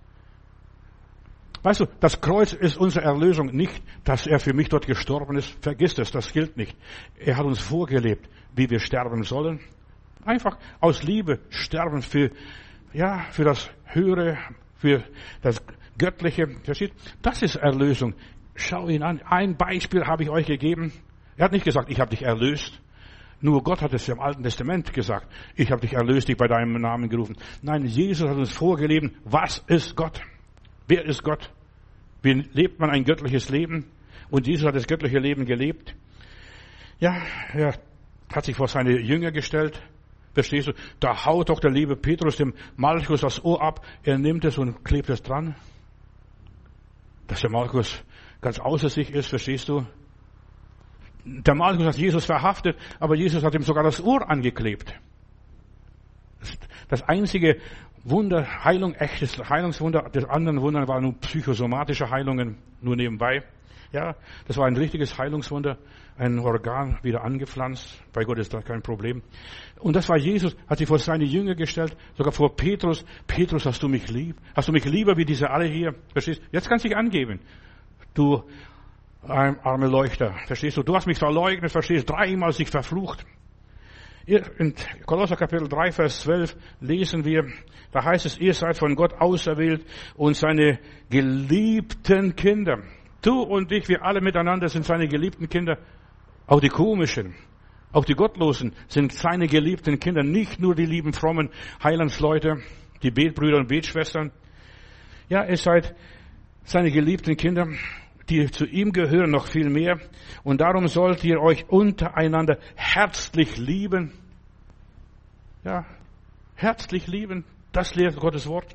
Weißt du, das Kreuz ist unsere Erlösung, nicht, dass er für mich dort gestorben ist. Vergiss es, das gilt nicht. Er hat uns vorgelebt, wie wir sterben sollen. Einfach aus Liebe sterben für, ja, für das Höhere, für das Göttliche. Versteht? Das ist Erlösung. Schau ihn an. Ein Beispiel habe ich euch gegeben. Er hat nicht gesagt, ich habe dich erlöst. Nur Gott hat es ja im Alten Testament gesagt. Ich habe dich erlöst, dich bei deinem Namen gerufen. Nein, Jesus hat uns vorgelebt. Was ist Gott? Wer ist Gott? Wie lebt man ein göttliches Leben? Und Jesus hat das göttliche Leben gelebt. Ja, er hat sich vor seine Jünger gestellt. Verstehst du? Da haut doch der liebe Petrus dem Malchus das Ohr ab. Er nimmt es und klebt es dran. Dass der Malchus ganz außer sich ist, verstehst du? Der Malchus hat Jesus verhaftet, aber Jesus hat ihm sogar das Ohr angeklebt. Das einzige Wunder, Heilung, echtes Heilungswunder, des anderen Wundern waren nur psychosomatische Heilungen, nur nebenbei. Ja, das war ein richtiges Heilungswunder, ein Organ wieder angepflanzt. Bei Gott ist das kein Problem. Und das war Jesus, hat sich vor seine Jünger gestellt, sogar vor Petrus. Petrus, hast du mich lieb? Hast du mich lieber wie diese alle hier? Verstehst? Jetzt kannst du dich angeben. Du arme Leuchter, verstehst du? Du hast mich verleugnet, verstehst? Dreimal sich verflucht. In Kolosser Kapitel drei, Vers zwölf lesen wir, da heißt es, ihr seid von Gott auserwählt und seine geliebten Kinder. Du und ich, wir alle miteinander sind seine geliebten Kinder. Auch die komischen, auch die Gottlosen sind seine geliebten Kinder. Nicht nur die lieben, frommen Heilandsleute, die Betbrüder und Betschwestern. Ja, ihr seid seine geliebten Kinder, die zu ihm gehören, noch viel mehr. Und darum sollt ihr euch untereinander herzlich lieben. Ja, herzlich lieben. Das lehrt Gottes Wort.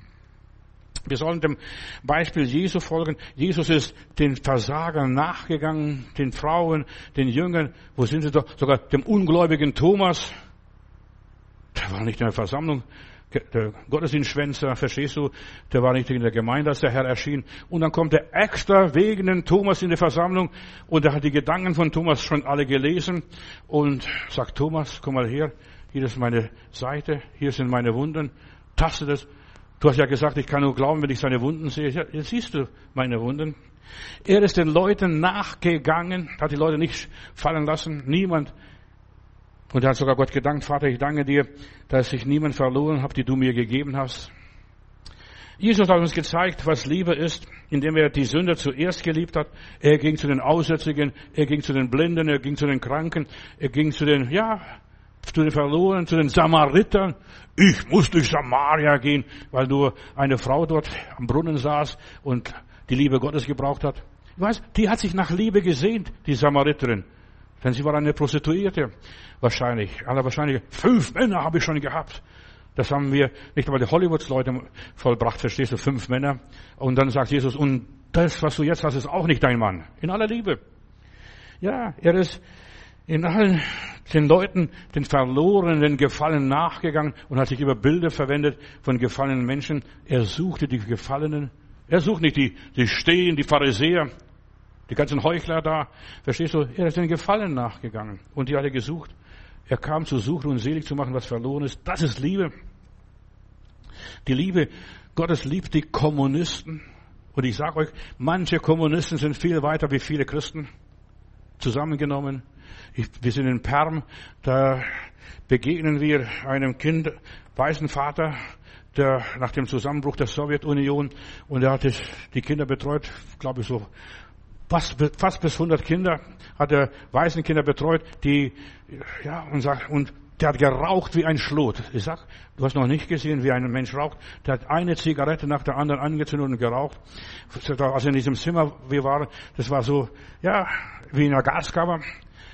Wir sollen dem Beispiel Jesu folgen. Jesus ist den Versagern nachgegangen, den Frauen, den Jüngern. Wo sind sie doch? Sogar dem ungläubigen Thomas. Der war nicht in der Versammlung. Der Gottesdienstschwänzer, verstehst du? Der war nicht in der Gemeinde, als der Herr erschien. Und dann kommt er extra wegen den Thomas in die Versammlung. Und er hat die Gedanken von Thomas schon alle gelesen. Und sagt, Thomas, komm mal her. Hier ist meine Seite. Hier sind meine Wunden. Taste das. Du hast ja gesagt, ich kann nur glauben, wenn ich seine Wunden sehe. Ja, jetzt siehst du meine Wunden. Er ist den Leuten nachgegangen, hat die Leute nicht fallen lassen. Niemand. Und er hat sogar Gott gedankt, Vater, ich danke dir, dass ich niemand verloren habe, die du mir gegeben hast. Jesus hat uns gezeigt, was Liebe ist, indem er die Sünder zuerst geliebt hat. Er ging zu den Aussätzigen, er ging zu den Blinden, er ging zu den Kranken, er ging zu den, ja, zu den Verlorenen, zu den Samaritern. Ich muss durch Samaria gehen, weil nur eine Frau dort am Brunnen saß und die Liebe Gottes gebraucht hat. Ich weiß, die hat sich nach Liebe gesehnt, die Samariterin. Denn sie war eine Prostituierte. Wahrscheinlich. Aller wahrscheinlich. Fünf Männer habe ich schon gehabt. Das haben wir nicht einmal die Hollywoods-Leute vollbracht, verstehst du? Fünf Männer. Und dann sagt Jesus, und das, was du jetzt hast, ist auch nicht dein Mann. In aller Liebe. Ja, er ist in allen den Leuten, den Verlorenen, den Gefallenen nachgegangen und hat sich über Bilder verwendet von gefallenen Menschen. Er suchte die Gefallenen. Er sucht nicht die, die Stehen, die Pharisäer. Die ganzen Heuchler da, verstehst du? Er ist den Gefallen nachgegangen und die hat er gesucht. Er kam zu suchen und selig zu machen, was verloren ist. Das ist Liebe. Die Liebe Gottes liebt die Kommunisten. Und ich sage euch, manche Kommunisten sind viel weiter wie viele Christen zusammengenommen. Ich, wir sind in Perm, da begegnen wir einem Kind, weißen Vater, der nach dem Zusammenbruch der Sowjetunion, und er hat die Kinder betreut, glaube ich so, Fast, fast bis hundert Kinder hat er Waisenkinder betreut, die, ja, und sagt, und der hat geraucht wie ein Schlot. Ich sag, du hast noch nicht gesehen, wie ein Mensch raucht. Der hat eine Zigarette nach der anderen angezündet und geraucht. Also in diesem Zimmer, wir waren, das war so, ja, wie in einer Gaskammer.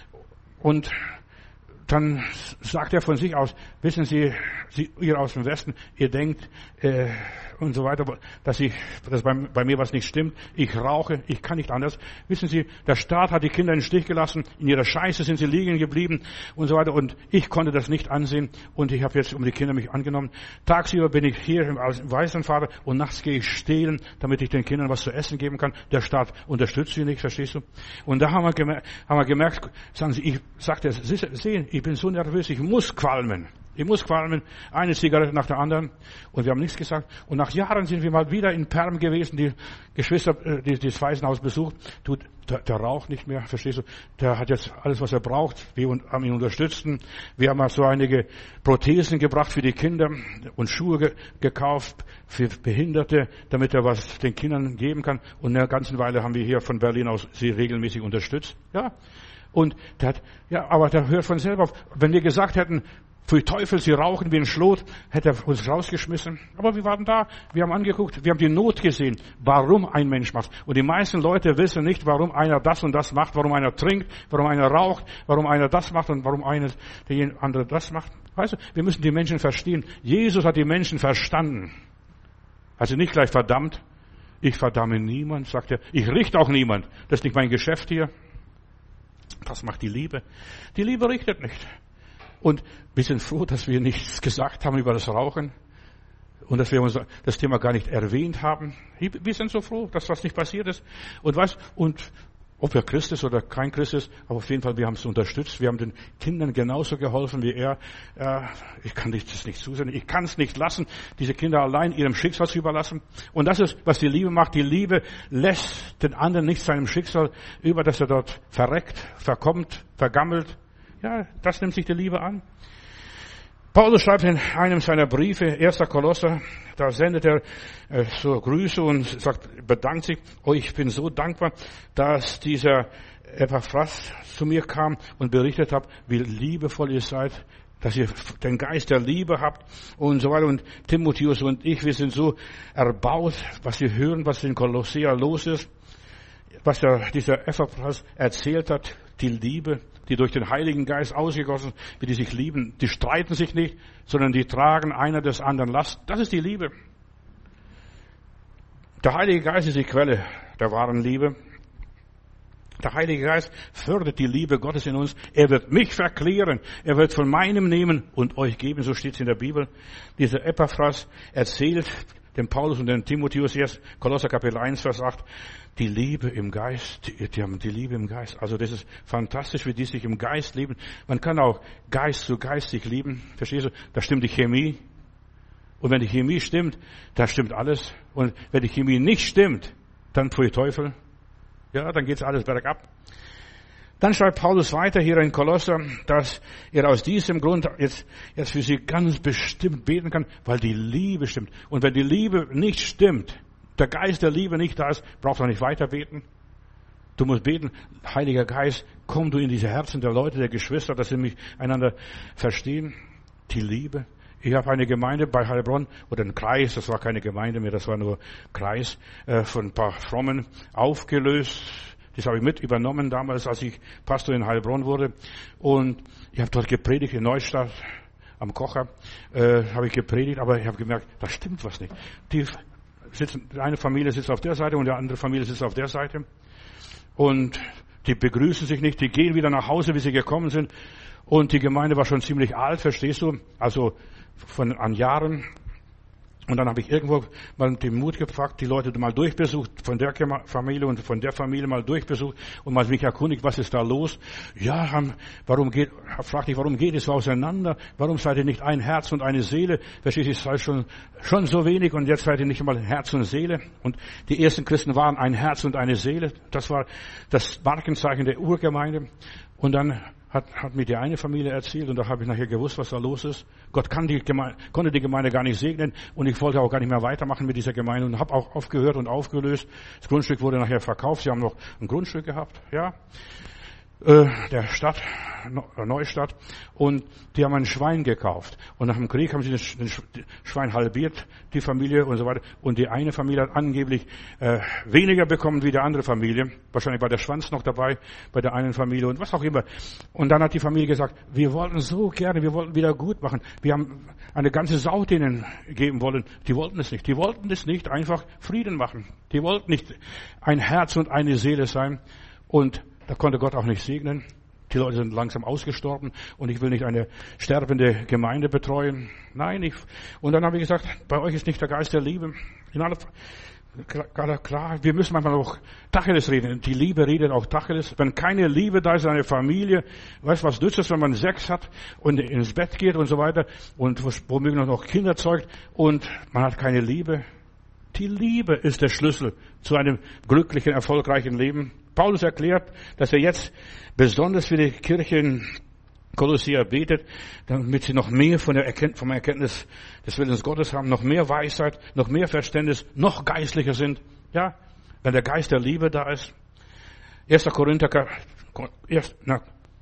Und dann sagt er von sich aus, wissen Sie, Sie ihr aus dem Westen, ihr denkt äh, und so weiter, dass ich, dass bei, bei mir was nicht stimmt. Ich rauche, ich kann nicht anders. Wissen Sie, der Staat hat die Kinder in den Stich gelassen, in ihrer Scheiße sind sie liegen geblieben und so weiter. Und ich konnte das nicht ansehen und ich habe jetzt um die Kinder mich angenommen. Tagsüber bin ich hier als Waisenvater und nachts gehe ich stehlen, damit ich den Kindern was zu essen geben kann. Der Staat unterstützt sie nicht, verstehst du? Und da haben wir gemerkt, haben wir gemerkt sagen Sie, ich sagte, sehen, ich bin so nervös, ich muss qualmen. Ich muss qualmen, eine Zigarette nach der anderen. Und wir haben nichts gesagt. Und nach Jahren sind wir mal wieder in Perm gewesen, die Geschwister, die, die das Waisenhaus besucht. Du, der, der raucht nicht mehr, verstehst du? Der hat jetzt alles, was er braucht. Wir haben ihn unterstützt. Wir haben so einige Prothesen gebracht für die Kinder und Schuhe ge- gekauft für Behinderte, damit er was den Kindern geben kann. Und eine ganze Weile haben wir hier von Berlin aus sie regelmäßig unterstützt. Ja. Und der hat, ja, aber der hört von selber auf. Wenn wir gesagt hätten, für Teufel, sie rauchen wie ein Schlot, hätte er uns rausgeschmissen. Aber wir waren da, wir haben angeguckt, wir haben die Not gesehen, warum ein Mensch macht. Und die meisten Leute wissen nicht, warum einer das und das macht, warum einer trinkt, warum einer raucht, warum einer das macht und warum einer, der andere das macht. Weißt du, wir müssen die Menschen verstehen. Jesus hat die Menschen verstanden. Also nicht gleich verdammt. Ich verdamme niemand, sagt er. Ich richte auch niemand. Das ist nicht mein Geschäft hier. Das macht die Liebe. Die Liebe richtet nicht. Und wir sind froh, dass wir nichts gesagt haben über das Rauchen und dass wir uns das Thema gar nicht erwähnt haben. Wir sind so froh, dass das nicht passiert ist. Und was, und ob er Christ ist oder kein Christ ist, aber auf jeden Fall, wir haben es unterstützt. Wir haben den Kindern genauso geholfen wie er. Ich kann das nicht zusehen. Ich kann es nicht lassen, diese Kinder allein ihrem Schicksal zu überlassen. Und das ist, was die Liebe macht. Die Liebe lässt den anderen nicht seinem Schicksal über, dass er dort verreckt, verkommt, vergammelt. Ja, das nimmt sich die Liebe an. Paulus schreibt in einem seiner Briefe, erster Kolosser, da sendet er äh, so Grüße und sagt, bedankt sich, oh, ich bin so dankbar, dass dieser Epaphras zu mir kam und berichtet hat, wie liebevoll ihr seid, dass ihr den Geist der Liebe habt und so weiter. Und Timotheus und ich, wir sind so erbaut, was wir hören, was in Kolossea los ist, was der, dieser Epaphras erzählt hat, die Liebe, die durch den Heiligen Geist ausgegossen, wie die sich lieben. Die streiten sich nicht, sondern die tragen einer des anderen Last. Das ist die Liebe. Der Heilige Geist ist die Quelle der wahren Liebe. Der Heilige Geist fördert die Liebe Gottes in uns. Er wird mich verklären. Er wird von meinem nehmen und euch geben. So steht es in der Bibel. Dieser Epaphras erzählt dem Paulus und dem Timotheus jetzt, Kolosser Kapitel eins, Vers acht, die Liebe im Geist, die, die haben die Liebe im Geist. Also das ist fantastisch, wie die sich im Geist lieben. Man kann auch Geist zu Geist sich lieben. Verstehst du? Da stimmt die Chemie. Und wenn die Chemie stimmt, da stimmt alles. Und wenn die Chemie nicht stimmt, dann pfui Teufel. Ja, dann geht's alles bergab. Dann schreibt Paulus weiter hier in Kolosser, dass er aus diesem Grund jetzt, jetzt für sie ganz bestimmt beten kann, weil die Liebe stimmt. Und wenn die Liebe nicht stimmt, der Geist der Liebe nicht da ist, brauchst du nicht weiter beten. Du musst beten, Heiliger Geist, komm du in diese Herzen der Leute, der Geschwister, dass sie mich einander verstehen. Die Liebe. Ich habe eine Gemeinde bei Heilbronn, oder einen Kreis, das war keine Gemeinde mehr, das war nur Kreis, äh, von ein paar Frommen aufgelöst. Das habe ich mit übernommen damals, als ich Pastor in Heilbronn wurde. Und ich habe dort gepredigt in Neustadt am Kocher, äh, habe ich gepredigt, aber ich habe gemerkt, da stimmt was nicht. Die sitzen, die eine Familie sitzt auf der Seite und die andere Familie sitzt auf der Seite. Und die begrüßen sich nicht, die gehen wieder nach Hause, wie sie gekommen sind. Und die Gemeinde war schon ziemlich alt, verstehst du? Also von an Jahren. Und dann habe ich irgendwo mal den Mut gefragt, die Leute mal durchbesucht, von der Familie und von der Familie mal durchbesucht und mal mich erkundigt, was ist da los? Ja, haben, warum geht, fragte ich, warum geht es so auseinander? Warum seid ihr nicht ein Herz und eine Seele? Verstehst du, es sei schon, schon so wenig und jetzt seid ihr nicht einmal Herz und Seele. Und die ersten Christen waren ein Herz und eine Seele. Das war das Markenzeichen der Urgemeinde. Und dann Hat, hat mir die eine Familie erzählt und da habe ich nachher gewusst, was da los ist. Gott kann die Gemeinde, konnte die Gemeinde gar nicht segnen und ich wollte auch gar nicht mehr weitermachen mit dieser Gemeinde und habe auch aufgehört und aufgelöst. Das Grundstück wurde nachher verkauft. Sie haben noch ein Grundstück gehabt, ja. äh, der Stadt, Neustadt, und die haben ein Schwein gekauft. Und nach dem Krieg haben sie das Schwein halbiert, die Familie und so weiter. Und die eine Familie hat angeblich äh, weniger bekommen wie die andere Familie. Wahrscheinlich war der Schwanz noch dabei bei der einen Familie und was auch immer. Und dann hat die Familie gesagt, wir wollten so gerne, wir wollten wieder gut machen. Wir haben eine ganze Sau denen geben wollen. Die wollten es nicht. Die wollten es nicht einfach Frieden machen. Die wollten nicht ein Herz und eine Seele sein. Und da konnte Gott auch nicht segnen. Die Leute sind langsam ausgestorben und ich will nicht eine sterbende Gemeinde betreuen. Nein, ich, und dann habe ich gesagt, bei euch ist nicht der Geist der Liebe. In aller, klar, klar, wir müssen manchmal auch Tacheles reden. Die Liebe redet auch Tacheles. Wenn keine Liebe da ist in einer Familie, weißt du, was nützt es, wenn man Sex hat und ins Bett geht und so weiter und womöglich noch Kinder zeugt und man hat keine Liebe. Die Liebe ist der Schlüssel zu einem glücklichen, erfolgreichen Leben. Paulus erklärt, dass er jetzt besonders für die Kirche in Kolossia betet, damit sie noch mehr von der Erkenntnis, vom Erkenntnis des Willens Gottes haben, noch mehr Weisheit, noch mehr Verständnis, noch geistlicher sind. Ja, wenn der Geist der Liebe da ist. erster Korinther, erst, na,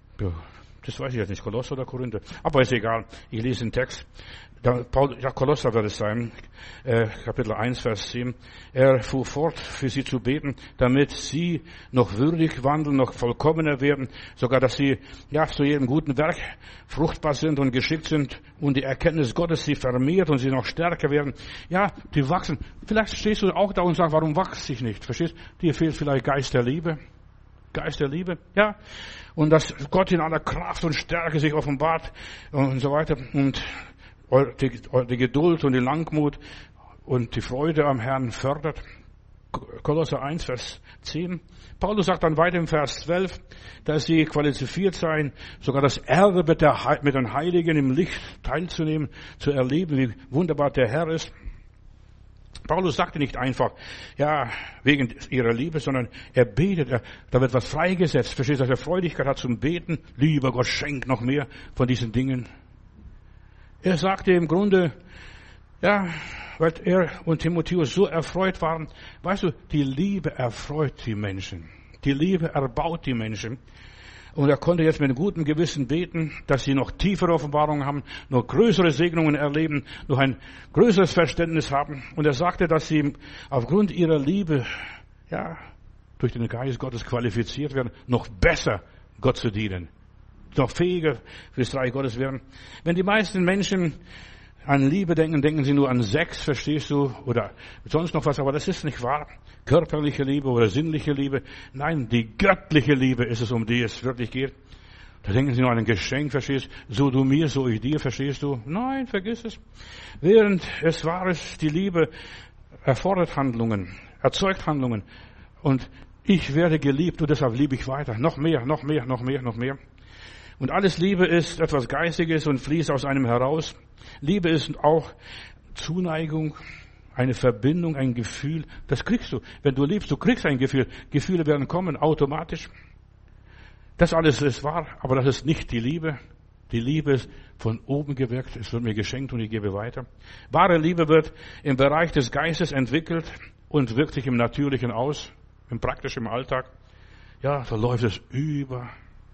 das weiß ich jetzt nicht, Kolosser oder Korinther, aber ist egal, ich lese den Text. Paul, ja, Kolosser wird es sein, äh, Kapitel eins, Vers zehn. Er fuhr fort, für sie zu beten, damit sie noch würdig wandeln, noch vollkommener werden, sogar, dass sie, ja, zu jedem guten Werk fruchtbar sind und geschickt sind und die Erkenntnis Gottes sie vermehrt und sie noch stärker werden. Ja, die wachsen. Vielleicht stehst du auch da und sagst, warum wachse ich nicht? Verstehst? Dir fehlt vielleicht Geist der Liebe. Geist der Liebe, ja. Und dass Gott in aller Kraft und Stärke sich offenbart und so weiter. Und Die, die Geduld und die Langmut und die Freude am Herrn fördert. Kolosser eins, Vers zehn. Paulus sagt dann weiter im Vers zwölf, dass sie qualifiziert seien, sogar das Erbe mit, der, mit den Heiligen im Licht teilzunehmen, zu erleben, wie wunderbar der Herr ist. Paulus sagte nicht einfach, ja, wegen ihrer Liebe, sondern er betet, er, da wird was freigesetzt. Verstehst du, dass er Freudigkeit hat zum Beten? Lieber Gott, schenk noch mehr von diesen Dingen. Er sagte im Grunde, ja, weil er und Timotheus so erfreut waren, weißt du, die Liebe erfreut die Menschen. Die Liebe erbaut die Menschen. Und er konnte jetzt mit einem guten Gewissen beten, dass sie noch tiefere Offenbarungen haben, noch größere Segnungen erleben, noch ein größeres Verständnis haben. Und er sagte, dass sie aufgrund ihrer Liebe, ja, durch den Geist Gottes qualifiziert werden, noch besser Gott zu dienen. Noch fähiger für das Reich Gottes werden. Wenn die meisten Menschen an Liebe denken, denken sie nur an Sex, verstehst du, oder sonst noch was, aber das ist nicht wahr. Körperliche Liebe oder sinnliche Liebe. Nein, die göttliche Liebe ist es, um die es wirklich geht. Da denken sie nur an ein Geschenk, verstehst du, so du mir, so ich dir, verstehst du. Nein, vergiss es. Während es wahr ist, die Liebe erfordert Handlungen, erzeugt Handlungen. Und ich werde geliebt und deshalb liebe ich weiter. Noch mehr, noch mehr, noch mehr, noch mehr. Und alles Liebe ist etwas Geistiges und fließt aus einem heraus. Liebe ist auch Zuneigung, eine Verbindung, ein Gefühl. Das kriegst du. Wenn du liebst, du kriegst ein Gefühl. Gefühle werden kommen automatisch. Das alles ist wahr, aber das ist nicht die Liebe. Die Liebe ist von oben gewirkt. Es wird mir geschenkt und ich gebe weiter. Wahre Liebe wird im Bereich des Geistes entwickelt und wirkt sich im Natürlichen aus, im praktischen Alltag. Ja, so läuft es über.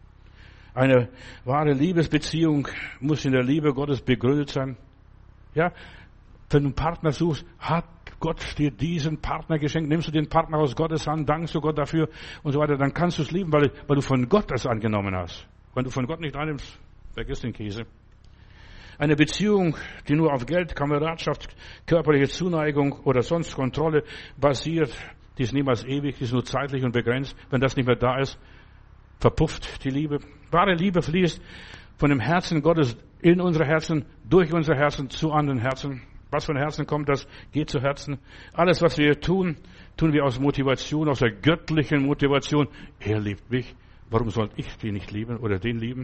Eine wahre Liebesbeziehung muss in der Liebe Gottes begründet sein. Ja, wenn du einen Partner suchst, hat Gott dir diesen Partner geschenkt, nimmst du den Partner aus Gottes Hand, dankst du Gott dafür und so weiter, dann kannst du es lieben, weil, weil du von Gott das angenommen hast. Wenn du von Gott nicht annimmst, vergiss den Käse. Eine Beziehung, die nur auf Geld, Kameradschaft, körperliche Zuneigung oder sonst Kontrolle basiert, die ist niemals ewig, die ist nur zeitlich und begrenzt. Wenn das nicht mehr da ist, verpufft die Liebe. Wahre Liebe fließt von dem Herzen Gottes in unsere Herzen, durch unsere Herzen zu anderen Herzen. Was von Herzen kommt, das geht zu Herzen. Alles, was wir tun, tun wir aus Motivation, aus der göttlichen Motivation. Er liebt mich. Warum sollte ich den nicht lieben oder den lieben?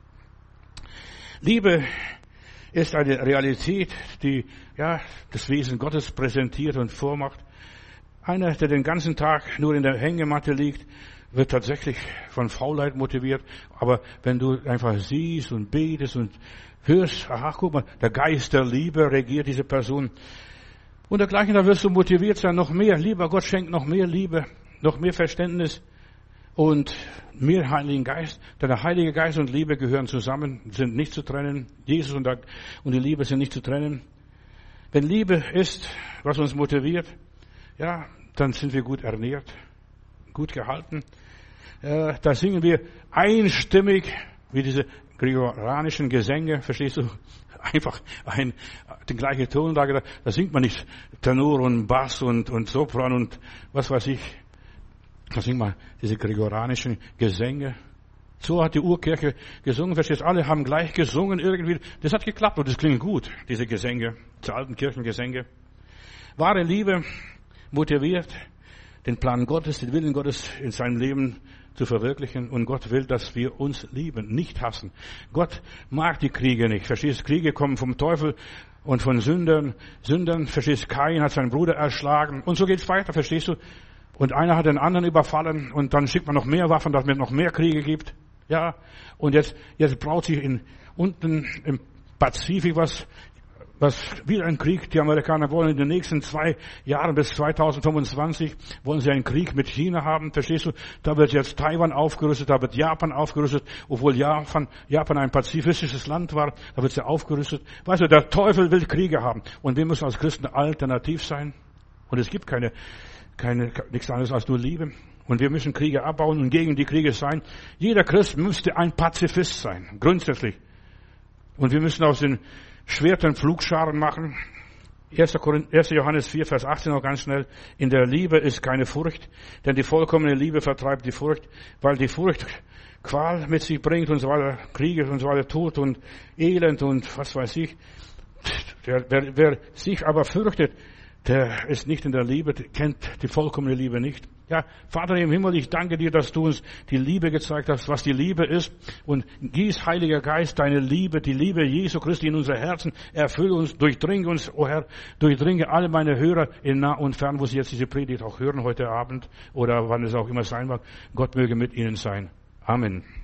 Liebe ist eine Realität, die ja das Wesen Gottes präsentiert und vormacht. Einer, der den ganzen Tag nur in der Hängematte liegt, wird tatsächlich von Faulheit motiviert. Aber wenn du einfach siehst und betest und hörst, aha, guck mal, der Geist der Liebe regiert diese Person. Und dergleichen, da wirst du motiviert sein, noch mehr. Lieber Gott, schenkt noch mehr Liebe, noch mehr Verständnis. und mir Heiligen Geist. Denn der Heilige Geist und Liebe gehören zusammen, sind nicht zu trennen. Jesus und die Liebe sind nicht zu trennen. Wenn Liebe ist, was uns motiviert, ja, dann sind wir gut ernährt, gut gehalten. Äh, da singen wir einstimmig, wie diese gregorianischen Gesänge, verstehst du? Einfach ein, den gleichen Tonlage, da singt man nicht Tenor und Bass und, und Sopran und was weiß ich. Da singt man diese gregorianischen Gesänge. So hat die Urkirche gesungen, verstehst du? Alle haben gleich gesungen irgendwie. Das hat geklappt und das klingt gut, diese Gesänge, diese alten Kirchengesänge. Wahre Liebe motiviert, den Plan Gottes, den Willen Gottes in seinem Leben zu verwirklichen. Und Gott will, dass wir uns lieben, nicht hassen. Gott mag die Kriege nicht. Verstehst du? Kriege kommen vom Teufel und von Sündern. Sündern, verstehst du? Kain hat seinen Bruder erschlagen. Und so geht's weiter, verstehst du? Und einer hat den anderen überfallen und dann schickt man noch mehr Waffen, damit es noch mehr Kriege gibt. Ja. Und jetzt, jetzt braut sich in, unten im Pazifik was, was wieder ein Krieg. Die Amerikaner wollen in den nächsten zwei Jahren bis zweitausendfünfundzwanzig wollen sie einen Krieg mit China haben. Verstehst du? Da wird jetzt Taiwan aufgerüstet, da wird Japan aufgerüstet, obwohl Japan, Japan ein pazifistisches Land war, da wird sie aufgerüstet. Weißt du, der Teufel will Kriege haben. Und wir müssen als Christen alternativ sein. Und es gibt keine, keine, nichts anderes als nur Liebe. Und wir müssen Kriege abbauen und gegen die Kriege sein. Jeder Christ müsste ein Pazifist sein, grundsätzlich. Und wir müssen aus den Schwertern Pflugscharen machen. erster Johannes vier, Vers achtzehn noch ganz schnell. In der Liebe ist keine Furcht, denn die vollkommene Liebe vertreibt die Furcht, weil die Furcht Qual mit sich bringt und so weiter, Kriege und so weiter, Tod und Elend und was weiß ich. Wer, wer, wer sich aber fürchtet, der ist nicht in der Liebe, kennt die vollkommene Liebe nicht. Ja, Vater im Himmel, ich danke dir, dass du uns die Liebe gezeigt hast, was die Liebe ist. Und gieß, Heiliger Geist, deine Liebe, die Liebe Jesu Christi in unser Herzen. Erfülle uns, durchdringe uns, o Herr, durchdringe alle meine Hörer in nah und fern, wo sie jetzt diese Predigt auch hören heute Abend oder wann es auch immer sein mag. Gott möge mit ihnen sein. Amen.